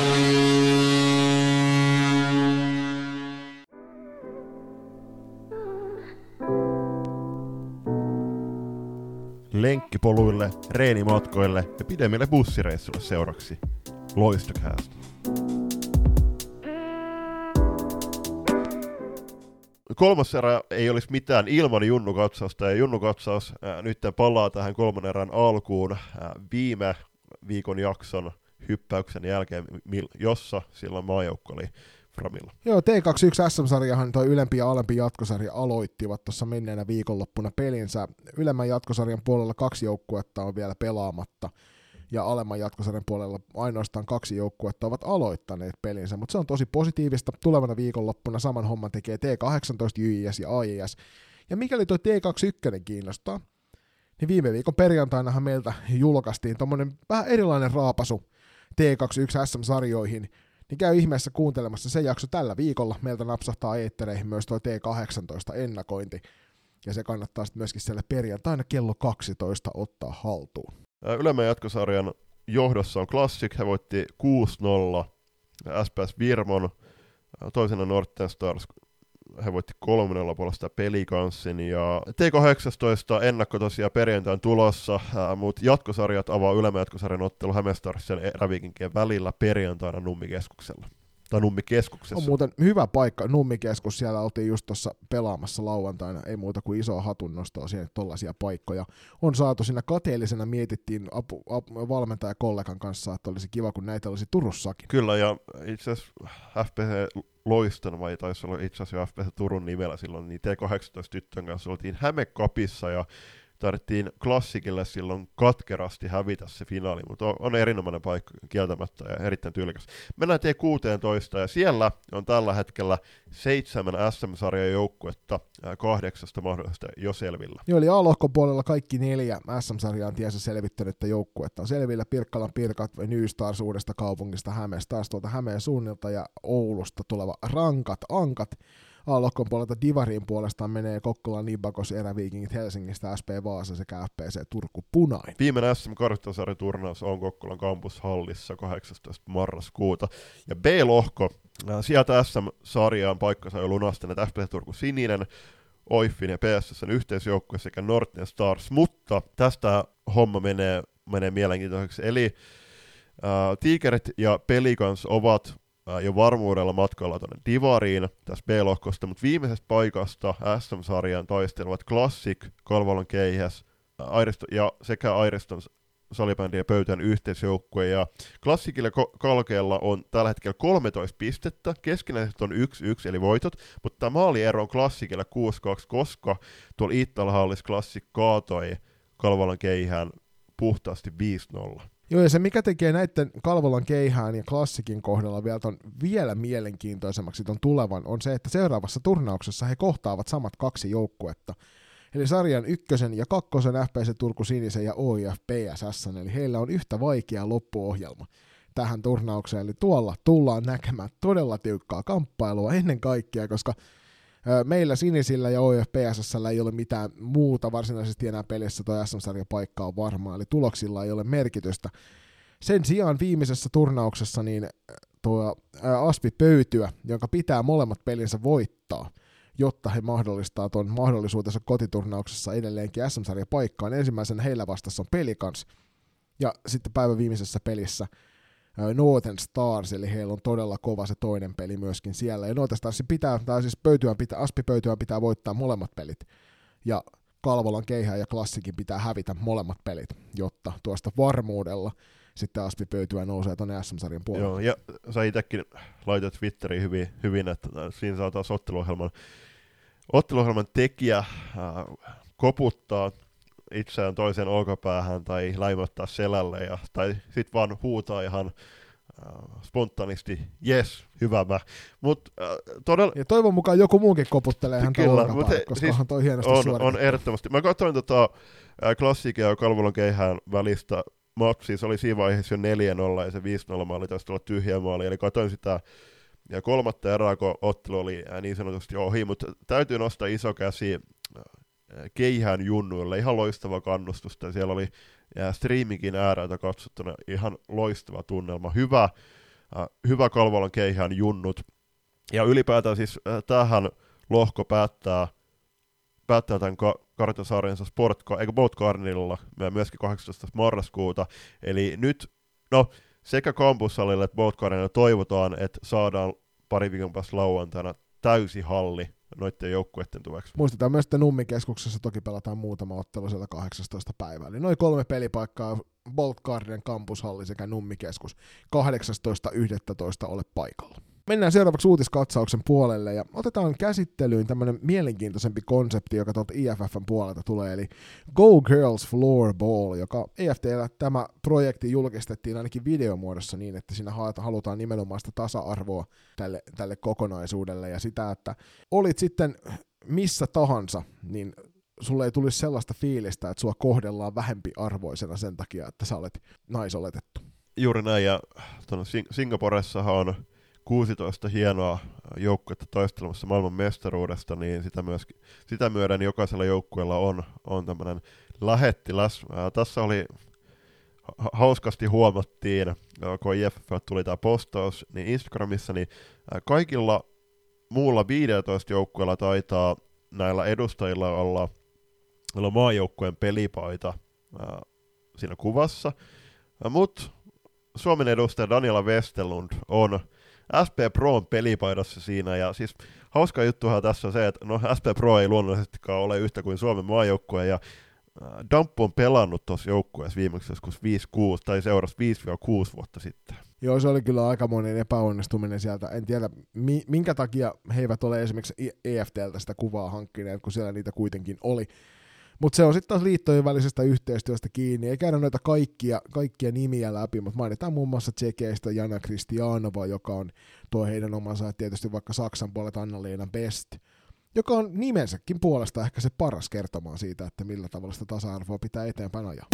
Lenkkipoluille, reenimatkoille ja pidemmille bussireissuille seuraksi Loistocast. Kolmas erä ei olisi mitään ilman junnukatsausta, ja junnukatsaus ää, nyt palaa tähän kolmannen erän alkuun ää, viime viikon jakson hyppäyksen jälkeen, jossa silloin maajoukko oli Framilla. Joo, T kaksikymmentäyksi S M-sarjahan toi ylempi ja alempi jatkosarja aloittivat tuossa menneenä viikonloppuna pelinsä. Ylemmän jatkosarjan puolella kaksi joukkuetta on vielä pelaamatta, ja alemman jatkosarjan puolella ainoastaan kaksi joukkuetta ovat aloittaneet pelinsä, mutta se on tosi positiivista. Tulevana viikonloppuna saman homman tekee T kahdeksantoista, J I S ja A J S. Ja mikäli toi T kaksikymmentäyksi kiinnostaa, niin viime viikon perjantainahan meiltä julkaistiin tommonen vähän erilainen raapasu T kaksikymmentäyksi S M-sarjoihin, niin käy ihmeessä kuuntelemassa se jakso tällä viikolla. Meiltä napsahtaa eettereihin myös tuo T kahdeksantoista ennakointi, ja se kannattaa sitten myöskin siellä perjantaina kello kaksitoista ottaa haltuun. Ylemmän jatkosarjan johdossa on Classic, he voitti kuusi nolla S P S Virmon, toisena Northern Stars, he voitti kolme nolla puolesta Pelicansin, ja T kahdeksantoista ennakko tosiaan perjantain tulossa, äh, mutta jatkosarjat avaa ylemmän jatkosarjan ottelu Hämeen Starsin ja Eräviikinkien välillä perjantaina Nummikeskuksella. Tai Nummikeskuksessa. On muuten hyvä paikka, Nummikeskus, siellä oltiin just tuossa pelaamassa lauantaina, ei muuta kuin isoa hatunnostoa siihen, että tollaisia paikkoja on saatu. Siinä kateellisena mietittiin apu, apu, valmentajakollegan kanssa, että olisi kiva, kun näitä olisi Turussakin. Kyllä, ja itse asiassa F P C Loiston, vai taisi olla itse asiassa F P C Turun nimellä silloin, niin T kahdeksantoista tyttön kanssa oltiin Hämekapissa, ja tarvittiin Klassikille silloin katkerasti hävitä se finaali, mutta on, on erinomainen paikka kieltämättä ja erittäin tyylikäs. Mennään T kuusitoista, ja siellä on tällä hetkellä seitsemän S M-sarjan joukkuetta kahdeksasta mahdollisesta jo selvillä. Joo, eli A-lohkon puolella kaikki neljä S M-sarjaan tiensä selvittänyttä joukkuetta on selvillä. Pirkkalan Pirkat, New Stars Uudesta Kaupungista, Hämeen Stars tuolta Hämeen suunnilta ja Oulusta tuleva Rankat Ankat. A-lohkon puolelta Divariin puolestaan menee Kokkola, Nibakos, Eräviikingit Helsingistä, S P Vaasa sekä F P C Turku Punain. Viimeinen S M-karttasarjaturnaus on Kokkolan kampushallissa kahdeksastoista marraskuuta. Ja B-lohko, sieltä S M-sarjaan paikkansa jo lunastaneet F P C Turku Sininen, O I F in ja P S S:n yhteisjoukkue sekä Northern Stars, mutta tästä homma menee, menee mielenkiintoiseksi. Eli äh, Tigerit ja Pelicans ovat jo varmuudella matkalla tuonne Divariin tässä B-lohkosta, mutta viimeisestä paikasta S M-sarjan taistelevat Classic, Kalvolan Keihäs ja sekä Airiston salibändin ja pöytään yhteisjoukkue. Ja Classicille Kalkeella on tällä hetkellä kolmetoista pistettä, keskinäiset on yksi yksi eli voitot, mutta tämä maaliero on Classicille kuusi kaksi, koska tuolla Iittala-hallissa Classic kaatoi Kalvolan Keihään puhtaasti viisi nolla. Joo, ja se mikä tekee näiden Kalvolan Keihään ja Klassikin kohdalla vielä, ton, vielä mielenkiintoisemmaksi ton tulevan, on se, että seuraavassa turnauksessa he kohtaavat samat kaksi joukkuetta. Eli sarjan ykkösen ja kakkosen F P C Turku Sinisen ja O I F P S S, eli heillä on yhtä vaikea loppuohjelma tähän turnaukseen. Eli tuolla tullaan näkemään todella tiukkaa kamppailua ennen kaikkea, koska meillä Sinisillä ja O I F P S S:llä ei ole mitään muuta varsinaisesti enää pelissä, tuo S M-sarjan paikka on varmaa, eli tuloksilla ei ole merkitystä. Sen sijaan viimeisessä turnauksessa niin tuo Aspi Pöytyä, jonka pitää molemmat pelinsä voittaa, jotta he mahdollistaa tuon mahdollisuutensa kotiturnauksessa edelleenkin S M-sarjan paikkaan. Ensimmäisenä heillä vastassa on Pelicans, ja sitten päivän viimeisessä pelissä Northern Stars, eli heillä on todella kova se toinen peli myöskin siellä. Ja Northern Stars pitää, tai siis Pöytyän pitää, Aspi Pöytyän pitää voittaa molemmat pelit. Ja Kalvolan Keihään ja Klassikin pitää hävitä molemmat pelit, jotta tuosta varmuudella sitten Aspi Pöytyä nousee tuonne S M-sarjan puolelle. Joo, ja sä itsekin laitat Twitteriin hyvin, hyvin että siinä saa taas otteluohjelman, otteluohjelman tekijä äh, koputtaa itseään toisen olkapäähän tai läimöttää selälle, ja, tai sit vaan huutaa ihan äh, spontaanisti, jes, hyvä mä. Mut, äh, todella... Ja toivon mukaan joku muukin koputtelee häntä olkapäälle, koska siis toi hienosti on, suoritettu. on ehdottomasti. Mä katsoin tota, äh, Klassikin ja Kalvolan Keihään välistä matsia, se oli siinä vaiheessa jo neljä nolla ja se viisi nolla maali taisi olla tyhjä maali, eli katsoin sitä ja kolmatta erää, kun ottelu oli äh, niin sanotusti ohi, mutta täytyy nostaa iso käsi äh, Keihään junnuille, ihan loistava kannustusta, ja siellä oli ja streamingin ääreltä katsottuna ihan loistava tunnelma, hyvä, äh, hyvä Kalvolan Keihään junnut, ja ylipäätään siis äh, tähän lohko päättää, päättää tämän ka- kartasarjansa Sportka, eikö Boat Carnilla, myöskin kahdeksastoista marraskuuta, eli nyt, no, sekä Campussalille että Boat Carnilla toivotaan, että saadaan pari viikon päästä lauantaina täysi halli noiden joukkueiden tueksi. Muistetaan myös, että Nummikeskuksessa toki pelataan muutama ottelu sieltä kahdeksastoista päivää. Eli noin kolme pelipaikkaa, Bolt Garden, Campushalli sekä Nummikeskus. kahdeksastoista yhdestoista ole paikalla. Mennään seuraavaksi uutiskatsauksen puolelle ja otetaan käsittelyyn tämmöinen mielenkiintoisempi konsepti, joka tuolta I F F:n puolelta tulee, eli Go Girls Floorball, joka E F T:llä tämä projekti julkistettiin ainakin videomuodossa niin, että siinä halutaan nimenomaan sitä tasa-arvoa tälle, tälle kokonaisuudelle ja sitä, että olit sitten missä tahansa, niin sulle ei tulisi sellaista fiilistä, että sua kohdellaan vähempiarvoisena sen takia, että sä olet naisoletettu. Juuri näin, ja tuonne Sing- Singaporessahan on kuusitoista hienoa joukkuetta taistelemassa maailman mestaruudesta, niin sitä, myöskin, sitä myöden jokaisella joukkueella on, on tämmöinen lähettiläs. Ää, tässä oli ha- hauskasti huomattiin, kun I F F tuli tämä postaus, niin Instagramissa niin ää, kaikilla muulla viisitoista joukkueella taitaa näillä edustajilla olla, olla maajoukkueen pelipaita ää, siinä kuvassa. Mutta Suomen edustaja Daniela Westerlund on S P Proon pelipaidassa siinä, ja siis hauska juttuhan tässä on se, että no S P Pro ei luonnollisestikaan ole yhtä kuin Suomen maajoukkue, ja Damppu on pelannut tuossa joukkueessa viimeksi joskus viisi kuusi, tai seurasi viisi kuusi vuotta sitten. Joo, se oli kyllä aikamoinen epäonnistuminen sieltä. En tiedä, mi- minkä takia he eivät ole esimerkiksi E F T:ltä sitä kuvaa hankkineet, kun siellä niitä kuitenkin oli. Mutta se on sitten taas liittojen välisestä yhteistyöstä kiinni. Ei käydä noita kaikkia, kaikkia nimiä läpi, mutta mainitaan muun muassa Tsekeistä Jana Kristianova, joka on tuo heidän omansa, ja tietysti vaikka Saksan puolelta Anna-Leena Best, joka on nimensäkin puolesta ehkä se paras kertomaan siitä, että millä tavalla sitä tasa-arvoa pitää eteenpäin ajaa.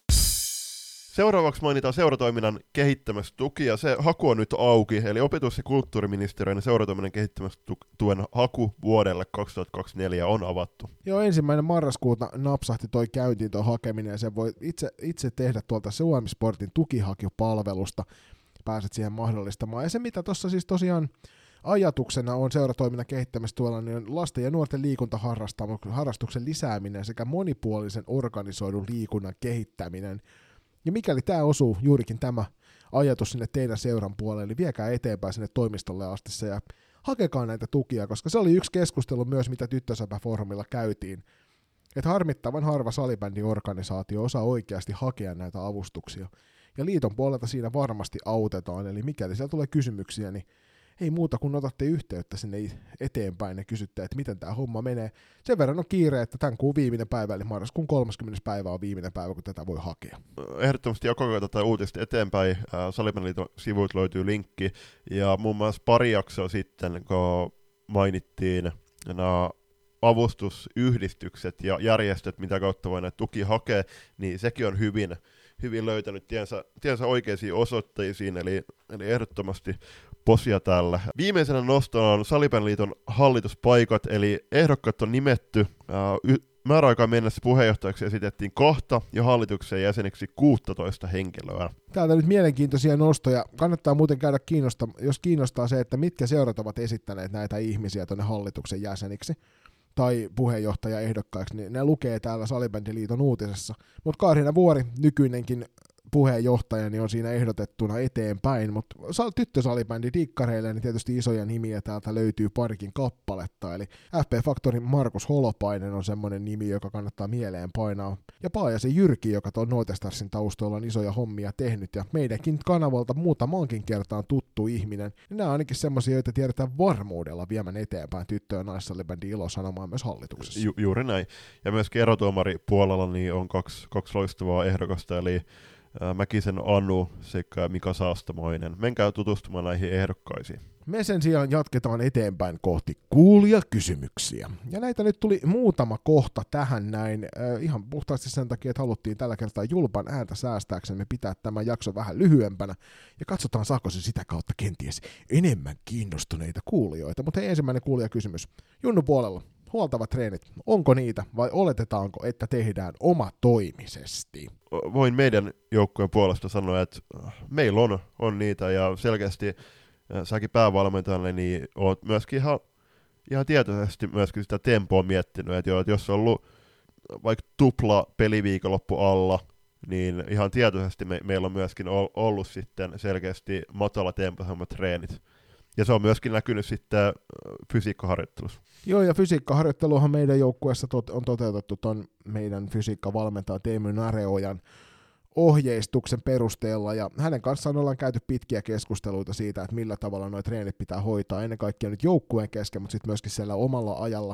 Seuraavaksi mainitaan seuratoiminnan kehittämistuki, ja se haku on nyt auki, eli opetus- ja kulttuuriministeriön seuratoiminnan kehittämistuen haku vuodelle kaksituhattakaksikymmentäneljä on avattu. Joo, ensimmäinen marraskuuta napsahti toi käyntiin tuo hakeminen, ja sen voi itse, itse tehdä tuolta Suomi Sportin tukihakupalvelusta, pääset siihen mahdollistamaan. Ja se mitä tuossa siis tosiaan ajatuksena on seuratoiminnan kehittämistuella, niin on lasten ja nuorten liikuntaharrastuksen lisääminen sekä monipuolisen organisoidun liikunnan kehittäminen. Ja mikäli tämä osuu juurikin tämä ajatus sinne teidän seuran puolelle, niin viekää eteenpäin sinne toimistolle asti ja hakekaa näitä tukia, koska se oli yksi keskustelu myös, mitä Tyttösäpä-foorumilla käytiin. Että harmittavan harva salibändiorganisaatio osaa oikeasti hakea näitä avustuksia. Ja liiton puolelta siinä varmasti autetaan, eli mikäli siellä tulee kysymyksiä, niin ei muuta kuin otatte yhteyttä sinne eteenpäin ja kysytte, että miten tämä homma menee. Sen verran on kiire, että tämän kuun viimeinen päivä, eli marraskuun kolmaskymmenes päivä on viimeinen päivä, kun tätä voi hakea. Ehdottomasti jakaa tätä uutista eteenpäin. Salibändiliiton sivuilta löytyy linkki. Ja muun muassa pari jaksoa sitten, kun mainittiin nämä avustusyhdistykset ja järjestöt, mitä kautta voi näitä tuki hakea, niin sekin on hyvin, hyvin löytänyt tiensä, tiensä oikeisiin osoitteisiin, eli, eli ehdottomasti posia täällä. Viimeisenä nostona on Salibändiliiton hallituspaikat, eli ehdokkaat on nimetty. Äh, y- määräaikaan mennessä puheenjohtajaksi esitettiin kohta ja hallituksen jäseniksi kuusitoista henkilöä. Täältä nyt mielenkiintoisia nostoja. Kannattaa muuten käydä kiinnostaa, jos kiinnostaa se, että mitkä seurat ovat esittäneet näitä ihmisiä tuonne hallituksen jäseniksi tai puheenjohtajaehdokkaiksi, niin ne lukee täällä Salibändiliiton uutisessa. Mutta Kaarina Vuori, nykyinenkin puheenjohtajani, on siinä ehdotettuna eteenpäin, mutta tyttösalibändi dikkareille niin tietysti isoja nimiä täältä löytyy parikin kappaletta, eli F P Factorin Markus Holopainen on semmoinen nimi, joka kannattaa mieleen painaa, ja Paajasen Jyrki, joka tuon Noitestarsin taustalla on isoja hommia tehnyt, ja meidänkin kanavalta muutamankin kertaan tuttu ihminen, niin nämä on ainakin semmoisia, joita tiedetään varmuudella viemään eteenpäin tyttö- ja naissalibändin ilosanomaan myös hallituksessa. Ju- juuri näin, ja myös erotuomari puolella niin on kaksi, kaksi loistavaa ehdokasta, eli Mäkisen Anu sekä Mika Saastamoinen. Menkää tutustumaan näihin ehdokkaisiin. Me sen sijaan jatketaan eteenpäin kohti kuulijakysymyksiä. Ja näitä nyt tuli muutama kohta tähän näin, äh, ihan puhtaasti sen takia, että haluttiin tällä kertaa Julpan ääntä säästääksemme pitää tämän jakso vähän lyhyempänä. Ja katsotaan, saako se sitä kautta kenties enemmän kiinnostuneita kuulijoita. Mutta hei, ensimmäinen kuulijakysymys. Junnu puolella. Huoltavat treenit, onko niitä vai oletetaanko, että tehdään omatoimisesti? Voin meidän joukkueen puolesta sanoa, että meillä on, on niitä ja selkeästi säkin päävalmentajalle niin oot myöskin ihan, ihan tietoisesti myöskin sitä tempoa miettinyt, että, jo, että jos on ollut vaikka tupla peliviikonloppu alla, niin ihan tietoisesti me, meillä on myöskin ollut sitten selkeästi matala tempoisemmat treenit. Ja se on myöskin näkynyt sitten fysiikkaharjoittelussa. Joo, ja fysiikkaharjoitteluhan meidän joukkueessa tot- on toteutettu ton meidän fysiikkavalmentaja Teemu Nareojan ohjeistuksen perusteella, ja hänen kanssaan ollaan käyty pitkiä keskusteluita siitä, että millä tavalla nuo treenit pitää hoitaa, ennen kaikkea nyt joukkueen kesken, mutta sitten myöskin siellä omalla ajalla.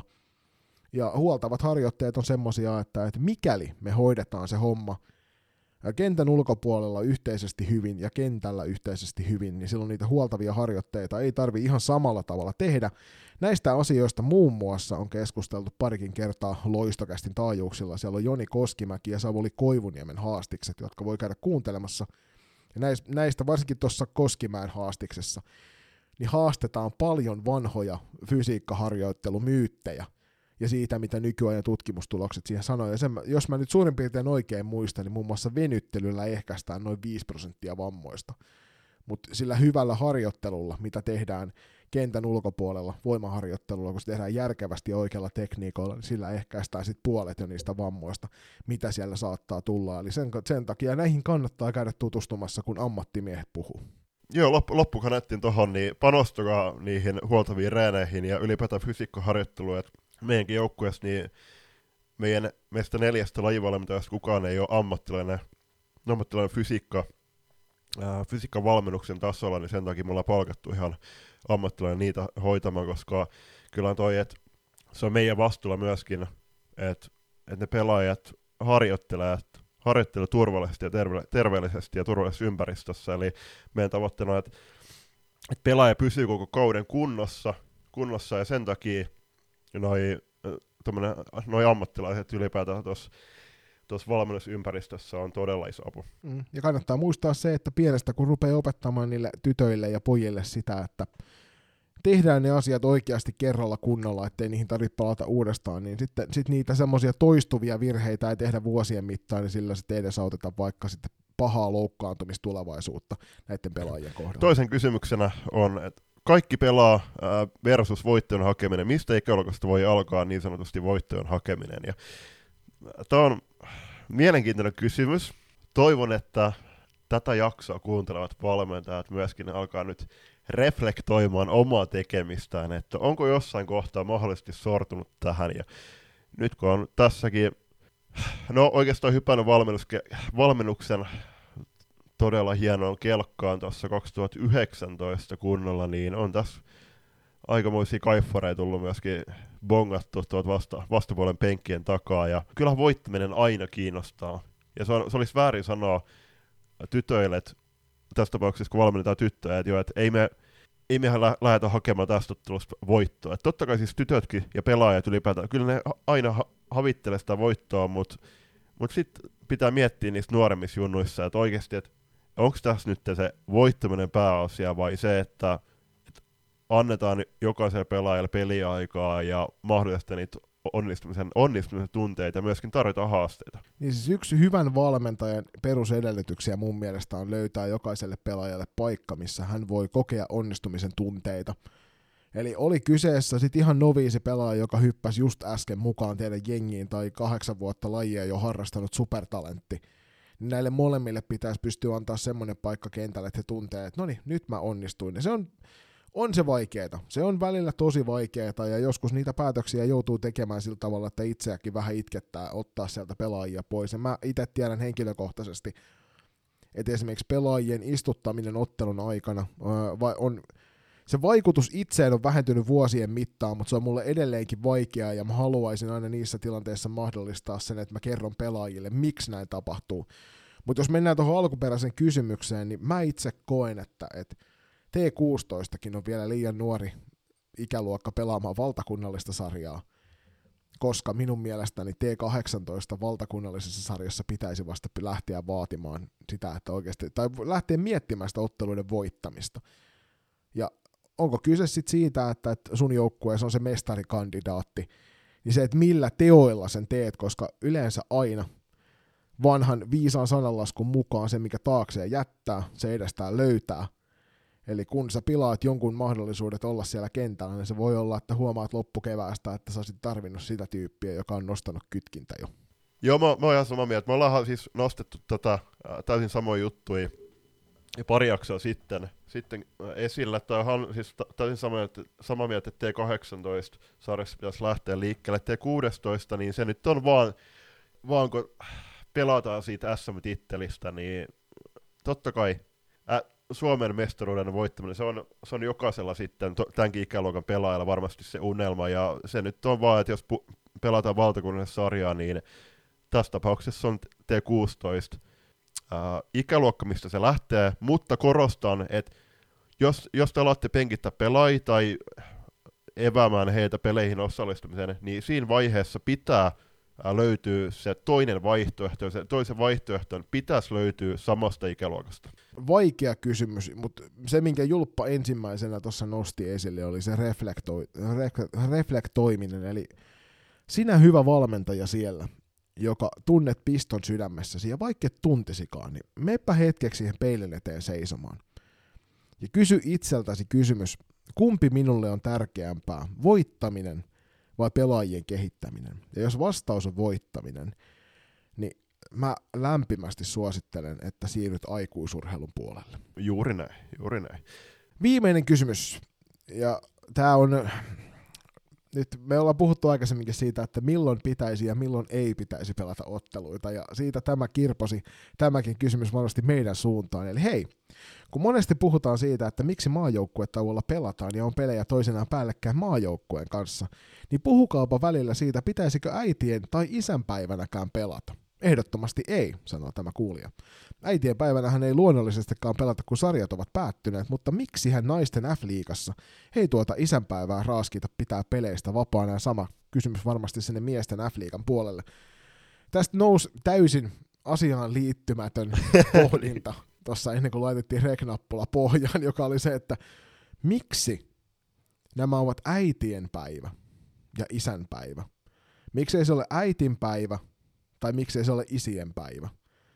Ja huoltavat harjoitteet on semmosia, että, että mikäli me hoidetaan se homma kentän ulkopuolella yhteisesti hyvin ja kentällä yhteisesti hyvin, niin silloin niitä huoltavia harjoitteita ei tarvi ihan samalla tavalla tehdä. Näistä asioista muun muassa on keskusteltu parikin kertaa Loistokästin taajuuksilla. Siellä on Joni Koskimäki ja Savoli Koivuniemen haastikset, jotka voi käydä kuuntelemassa. Ja näistä varsinkin tuossa Koskimäen haastiksessa niin haastetaan paljon vanhoja fysiikkaharjoittelumyyttejä ja siitä, mitä nykyajan tutkimustulokset siihen sanoo. Ja sen, jos mä nyt suurin piirtein oikein muistan, niin muun muassa venyttelyllä ehkäistään noin viisi prosenttia vammoista. Mutta sillä hyvällä harjoittelulla, mitä tehdään kentän ulkopuolella voimaharjoittelulla, kun se tehdään järkevästi ja oikealla tekniikoilla, niin sillä ehkäistään sit puolet jo niistä vammoista, mitä siellä saattaa tulla. Eli sen, sen takia näihin kannattaa käydä tutustumassa, kun ammattimiehet puhuu. Joo, loppu, loppukaneettiin tuohon, niin panostakaa niihin huoltaviin reeneihin ja ylipäätään fysiikkaharjoitteluun, että meidänkin joukkueessa niin meidän meistä neljästä lajivalmentajasta kukaan ei ole ammattilainen, ammattilainen fysiikka, ää, fysiikan valmennuksen tasolla, niin sen takia me ollaan palkattu ihan ammattilainen niitä hoitamaan, koska kyllä toi, että se on meidän vastuulla myöskin, että, että ne pelaajat harjoittelee, että harjoittelee turvallisesti ja terve- terveellisesti ja turvallisessa ympäristössä, eli meidän tavoitteena on, että, että pelaaja pysyy koko kauden kunnossa, kunnossa ja sen takia noi, noi ammattilaiset ylipäätään tuossa tuossa valmennusympäristössä on todella iso apu. Mm. Ja kannattaa muistaa se, että pienestä kun rupeaa opettamaan niille tytöille ja pojille sitä, että tehdään ne asiat oikeasti kerralla kunnolla, ettei niihin tarvitse palata uudestaan, niin sitten sit niitä semmoisia toistuvia virheitä ei tehdä vuosien mittaan, niin sillä sitten edesauteta vaikka sitten pahaa loukkaantumistulevaisuutta näiden pelaajien kohdalla. Toisen kysymyksenä on, että kaikki pelaa versus voittojen hakeminen. Mistä ikäluokasta voi alkaa niin sanotusti voittojen hakeminen? Ja tämä on mielenkiintoinen kysymys. Toivon, että tätä jaksoa kuuntelevat valmentajat myöskin alkaa nyt reflektoimaan omaa tekemistään, että onko jossain kohtaa mahdollisesti sortunut tähän. Ja nyt kun on tässäkin, no oikeastaan hypännyt valmennuksen todella hienoon kelkkaan tuossa kaksituhattayhdeksäntoista kunnolla, niin on tässä aikamoisia kaiffareja tullut myöskin bongattu tuolta vasta, vastapuolen penkkien takaa, ja kyllähän voittaminen aina kiinnostaa. Ja se, on, se olisi väärin sanoa tytöille, että tässä tapauksessa kun valmennetaan tyttöjä, että, jo, että ei me ei mehän lä- lähdetä hakemaan tästä ottelusta voittoa. Että totta kai siis tytötkin ja pelaajat ylipäätään, kyllä ne aina ha- havittelee sitä voittoa, mutta mut sitten pitää miettiä niissä nuoremmissa junnuissa, että oikeasti, että onko tässä nyt se voittaminen pääasia vai se, että, että annetaan jokaiselle pelaajalle peliaikaa ja mahdollisesti niitä onnistumisen, onnistumisen tunteita ja myöskin tarjotaan haasteita. Niin siis yksi hyvän valmentajan perusedellytyksiä mun mielestä on löytää jokaiselle pelaajalle paikka, missä hän voi kokea onnistumisen tunteita. Eli oli kyseessä sitten ihan noviisi pelaaja, joka hyppäsi just äsken mukaan teidän jengiin tai kahdeksan vuotta lajia jo harrastanut supertalentti. Niin näille molemmille pitäisi pystyä antaa semmoinen paikka kentälle, että he tuntee, että no niin, nyt mä onnistuin. Ja se on, on se vaikeeta. Se on välillä tosi vaikeeta ja joskus niitä päätöksiä joutuu tekemään sillä tavalla, että itseäkin vähän itkettää ottaa sieltä pelaajia pois. Ja mä itse tiedän henkilökohtaisesti, että esimerkiksi pelaajien istuttaminen ottelun aikana vai on... Se vaikutus itseen on vähentynyt vuosien mittaan, mutta se on mulle edelleenkin vaikeaa ja mä haluaisin aina niissä tilanteissa mahdollistaa sen, että mä kerron pelaajille, miksi näin tapahtuu. Mutta jos mennään tuohon alkuperäiseen kysymykseen, niin mä itse koen, että, että T kuusitoistakin on vielä liian nuori ikäluokka pelaamaan valtakunnallista sarjaa, koska minun mielestäni T kahdeksantoista valtakunnallisessa sarjassa pitäisi vasta lähteä vaatimaan sitä, että oikeasti, tai lähteä miettimään sitä otteluiden voittamista. Ja onko kyse sitten siitä, että, että sun joukkueessa on se mestarikandidaatti, niin se, että millä teoilla sen teet, koska yleensä aina vanhan viisaan sananlaskun mukaan se, mikä taakseen jättää, se edestään löytää. Eli kun sä pilaat jonkun mahdollisuudet olla siellä kentällä, niin se voi olla, että huomaat loppukeväästä, että sä olisit tarvinnut sitä tyyppiä, joka on nostanut kytkintä jo. Joo, mä, mä oon ihan samaa mieltä. Me ollaan siis nostettu tätä äh, täysin samoja juttuja ja pari jaksoa sitten, sitten esillä. Tämä on siis täysin sama, sama mieltä, että T kahdeksantoista sarjassa pitäisi lähteä liikkeelle. T kuusitoista, niin se nyt on vaan, vaan kun pelataan siitä S M-tittelistä, niin totta kai ä, Suomen mestaruuden voittaminen, se on, se on jokaisella sitten to, tämänkin ikäluokan pelaajalla varmasti se unelma, ja se nyt on vaan, että jos pu, pelataan valtakunnallista sarjaa, niin tässä tapauksessa on T kuusitoista. Uh, ikäluokka, mistä se lähtee, mutta korostan, että jos, jos te alatte penkittää pelaajia tai eväämään heitä peleihin osallistumiseen, niin siinä vaiheessa pitää uh, löytyä se toinen vaihtoehto, ja se toisen vaihtoehton pitäisi löytyä samasta ikäluokasta. Vaikea kysymys, mutta se, minkä Julppa ensimmäisenä tuossa nosti esille, oli se reflektoi, re- reflektoiminen, eli sinä hyvä valmentaja siellä, joka tunnet piston sydämessäsi, ja vaikka et tuntisikaan, niin meppä hetkeksi siihen peilin eteen seisomaan. Ja kysy itseltäsi kysymys, kumpi minulle on tärkeämpää, voittaminen vai pelaajien kehittäminen? Ja jos vastaus on voittaminen, niin mä lämpimästi suosittelen, että siirryt aikuisurheilun puolelle. Juuri näin, juuri näin. Viimeinen kysymys, ja tää on, nyt me ollaan puhuttu aikaisemminkin siitä, että milloin pitäisi ja milloin ei pitäisi pelata otteluita, ja siitä tämä kirposi, tämäkin kysymys varmasti meidän suuntaan. Eli hei, kun monesti puhutaan siitä, että miksi maajoukkuetauolla pelataan ja on pelejä toisenaan päällekkäin maajoukkueen kanssa, niin puhukaapa välillä siitä, pitäisikö äitien tai isänpäivänäkään pelata. Ehdottomasti ei, sanoo tämä kuulija. Äitien päivänähän ei luonnollisestikaan pelata, kun sarjat ovat päättyneet, mutta miksihän naisten F-liigassa ei tuota isänpäivää raaskita pitää peleistä vapaana, ja sama kysymys varmasti sinne miesten F-liigan puolelle. Tästä nousi täysin asiaan liittymätön pohdinta tuossa ennen kuin laitettiin rek-nappula pohjaan, joka oli se, että miksi nämä ovat äitien päivä ja isänpäivä? Miksei se ole äitinpäivä tai miksei se ole isien päivä?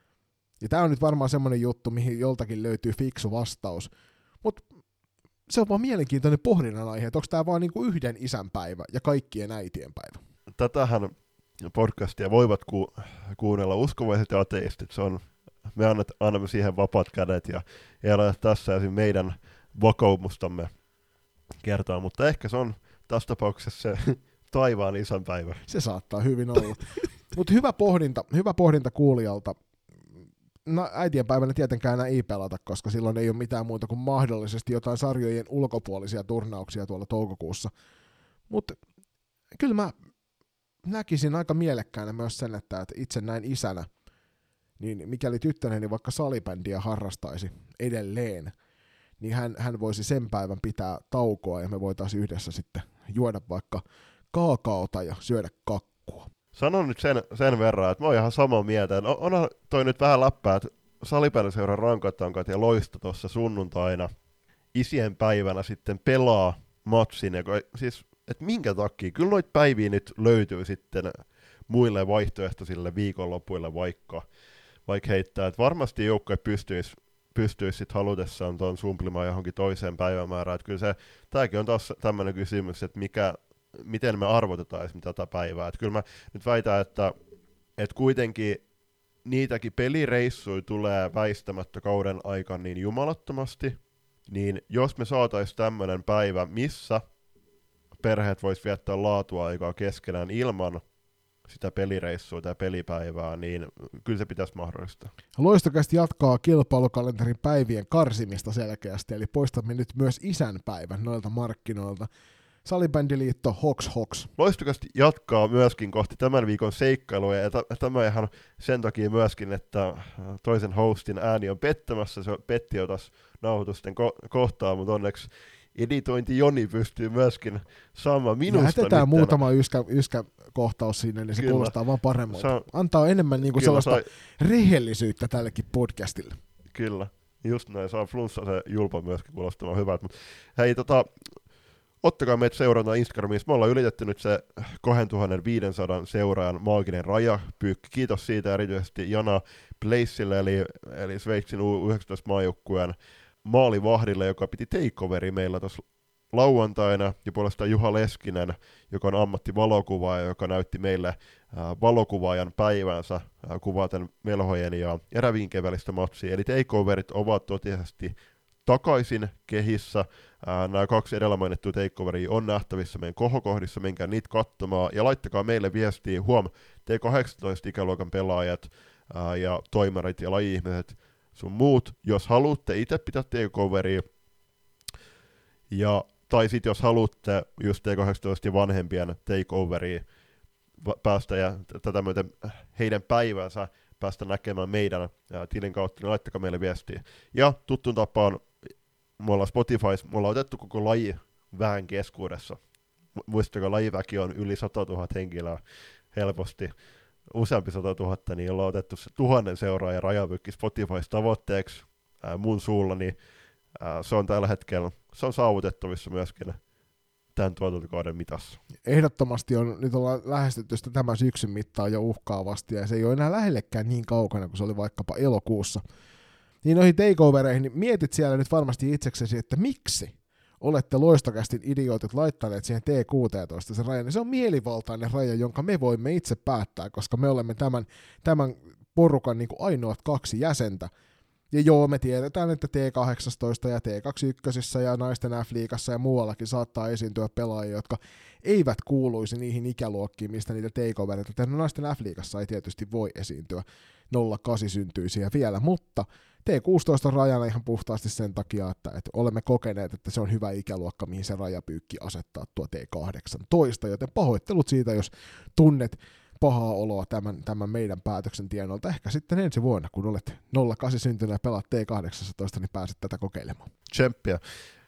Ja tää on nyt varmaan semmonen juttu, mihin joltakin löytyy fiksu vastaus, mutta se on vaan mielenkiintoinen pohdinnan aihe, että onko tää vaan niinku yhden isänpäivä ja kaikkien äitien päivä? Tätähän podcastia voivat ku- kuunnella uskovaiset ja ateistit. Se on, me annat, annamme siihen vapaat kädet ja ei ole tässä esim. Meidän vakaumustamme kertaa, mutta ehkä se on tässä tapauksessa se taivaan isänpäivä. Se saattaa hyvin olla. Mutta hyvä pohdinta, hyvä pohdinta kuulijalta. No, äitienpäivänä tietenkään enää ei pelata, koska silloin ei ole mitään muuta kuin mahdollisesti jotain sarjojen ulkopuolisia turnauksia tuolla toukokuussa. Mutta kyllä mä näkisin aika mielekkäänä myös sen, että itse näin isänä, niin mikäli tyttäreni vaikka salibändiä harrastaisi edelleen, niin hän, hän voisi sen päivän pitää taukoa ja me voitaisiin yhdessä sitten juoda vaikka kaakaota ja syödä kakkua. Sanon nyt sen, sen verran, että mä oon ihan samaa mieltä. No, onhan toi nyt vähän läppää, että salibändiseuran rankatankat ja Loisto tuossa sunnuntaina isien päivänä sitten pelaa matsin. Ja, siis, että minkä takia? Kyllä noita päiviä nyt löytyy sitten muille vaihtoehtoisille viikonlopuille vaikka, vaikka heittää. Että varmasti joukkue pystyisi pystyisi sitten halutessaan tuon sumplimaan johonkin toiseen päivämäärään. Että kyllä se, tämäkin on taas tämmöinen kysymys, että mikä, miten me arvotetaan esimerkiksi tätä päivää. Että kyllä mä nyt väitän, että, että kuitenkin niitäkin pelireissuja tulee väistämättä kauden aikana niin jumalattomasti, niin jos me saataisiin tämmöinen päivä, missä perheet vois viettää laatuaikaa keskenään ilman sitä pelireissua tai pelipäivää, niin kyllä se pitäisi mahdollistaa. Loistokästi jatkaa kilpailukalenterin päivien karsimista selkeästi, eli poistamme nyt myös isänpäivän noilta markkinoilta. Salibändiliitto Hoks Hoks. Loistokästi jatkaa myöskin kohti tämän viikon seikkailuja, ja t- tämä ihan sen takia myöskin, että toisen hostin ääni on pettämässä, se petti jo taas nauhoitusten ko- kohtaa, mutta onneksi editointi Joni pystyy myöskin saamaan minusta. Jätetään nyt muutama yskä, yskä kohtaus sinne, niin se Kyllä. kuulostaa vaan paremmalta. Sa- Antaa enemmän niinku sellaista sai... rehellisyyttä tällekin podcastille. Kyllä, just näin. Saa flunssa se julpa myöskin kuulostamaan hyvältä. Mut hei, tota, ottakaa meitä seurantaa Instagramissa. Me ollaan ylitetty nyt se kaksituhattaviisisataa seuraajan maaginen raja. Pyykki. Kiitos siitä erityisesti Jana Placeille, eli, eli Sveitsin U yhdeksäntoista-maajoukkueen maalivahdille, joka piti takeoveri meillä tuossa lauantaina, ja puolestaan Juha Leskinen, joka on ammattivalokuvaaja, joka näytti meille äh, valokuvaajan päivänsä äh, kuvaten Melhojen ja Eräviinkien välistä matsia. Eli takeoverit ovat totisesti takaisin kehissä. Äh, nämä kaksi edellä mainittua takeoveria on nähtävissä meidän kohokohdissa, menkää niitä katsomaan, ja laittakaa meille viestiä, huom, T kahdeksantoista-ikäluokan pelaajat äh, ja toimarit ja laji-ihmiset, sun muut, jos haluatte itse pitää takeoveria, ja tai sitten jos haluatte just T kahdeksantoista ja vanhempien takeoveria päästä ja tätä myöten heidän päivänsä päästä näkemään meidän ää, tilin kautta, niin laittakaa meille viestiä. Ja tuttuun tapaan, me ollaan Spotifys, me ollaan otettu koko laji vähän keskuudessa. Muistakaa, lajiväki on yli sata tuhatta henkilöä helposti. Useampi sata tuhatta, niin ollaan otettu se tuhannen seuraajan rajapykki Spotifys tavoitteeksi ää, mun suulla, niin ää, se on tällä hetkellä, se on saavutettavissa myöskin tämän tuotantokauden mitassa. Ehdottomasti on, nyt ollaan lähestytty sitä tämän syksyn mittaan jo uhkaavasti, ja se ei ole enää lähellekään niin kaukana kuin se oli vaikkapa elokuussa. Niin noihin takeovereihin, niin mietit siellä nyt varmasti itseksesi, että miksi olette Loistokästin idiootit laittaneet siihen T kuusitoista sen rajan, niin se on mielivaltainen raja, jonka me voimme itse päättää, koska me olemme tämän, tämän porukan niin kuin ainoat kaksi jäsentä. Ja joo, me tiedetään, että T kahdeksantoista ja T kaksikymmentäyksi ja naisten F-liigassa ja muuallakin saattaa esiintyä pelaajia, jotka eivät kuuluisi niihin ikäluokkiin, mistä niitä takeovereita tehdään. Naisten F-liigassa ei tietysti voi esiintyä nolla kahdeksan syntyisiä vielä, mutta T kuusitoista on rajana ihan puhtaasti sen takia, että, että olemme kokeneet, että se on hyvä ikäluokka, mihin se rajapyykki asettaa tuo T kahdeksantoista, joten pahoittelut siitä, jos tunnet pahaa oloa tämän, tämän meidän päätöksen tienoilta. Ehkä sitten ensi vuonna, kun olet nolla kahdeksan syntynyt ja pelaat T kahdeksantoista, niin pääset tätä kokeilemaan. Tsemppiä.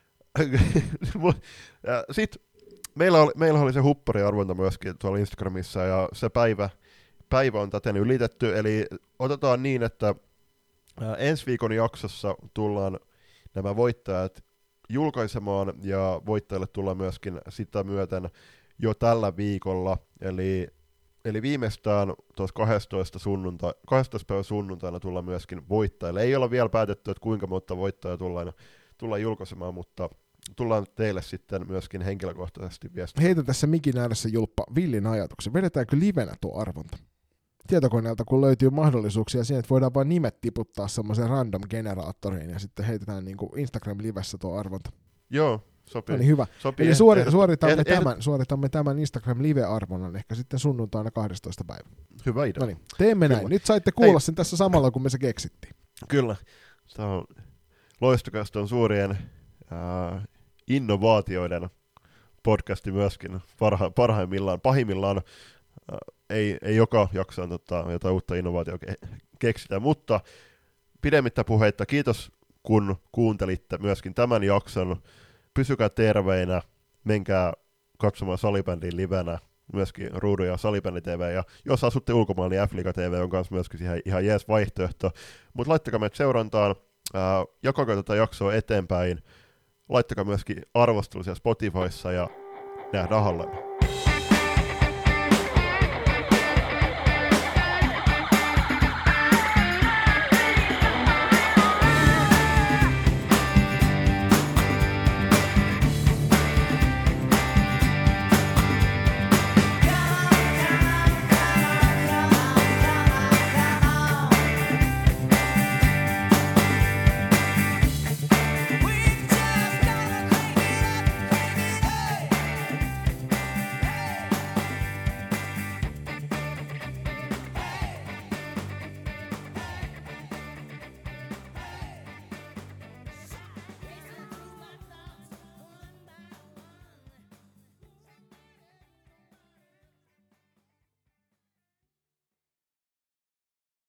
Sitten meillä oli, meillä oli se huppariarvonta myöskin tuolla Instagramissa, ja se päivä, päivä on täten ylitetty, eli otetaan niin, että ensi viikon jaksossa tullaan nämä voittajat julkaisemaan, ja voittajille tullaan myöskin sitä myöten jo tällä viikolla, eli Eli viimeistään tuossa kahdestoista sunnunta, kahdestoista päivä sunnuntaina tullaan myöskin voittajille. Ei olla vielä päätetty, että kuinka monta voittajaa tullaan, tullaan julkaisemaan, mutta tullaan teille sitten myöskin henkilökohtaisesti viestiä. Heitä tässä mikin ääressä, Julppa, villin ajatuksen. Vedetäänkö livenä tuo arvonta? Tietokoneelta, kun löytyy mahdollisuuksia siihen, että voidaan vain nimet tiputtaa semmoisen random generaattoriin ja sitten heitetään niin kuin Instagram-livessä tuo arvonta. Joo. Sopii. Eli hyvä. Sopii. Eli suori, suoritamme, eh, eh, tämän, suoritamme tämän Instagram-live-arvonnan ehkä sitten sunnuntaina kahdestoista päivä. Hyvä idea. No niin, teemme Kyllä. näin. Nyt saitte kuulla Hei. sen tässä samalla, kun me se keksittiin. Kyllä. Tämä on Loistokaston suurien äh, innovaatioiden podcasti myöskin parha, parhaimmillaan. Pahimmillaan äh, ei, ei joka jaksoon tota, jotain uutta innovaatiota ke- keksitä, mutta pidemmittä puheitta kiitos, kun kuuntelitte myöskin tämän jakson. Pysykää terveinä, menkää katsomaan Salibändin livenä, myöskin Ruudun ja Salibändi T V, ja jos asutte ulkomailla, niin F-liiga T V on myös myöskin ihan, ihan jees vaihtoehto. Mutta laittakaa meidät seurantaan, ää, jakakaa tätä jaksoa eteenpäin, laittakaa myöskin arvostelu siellä Spotifyssa, ja nähdään hallella.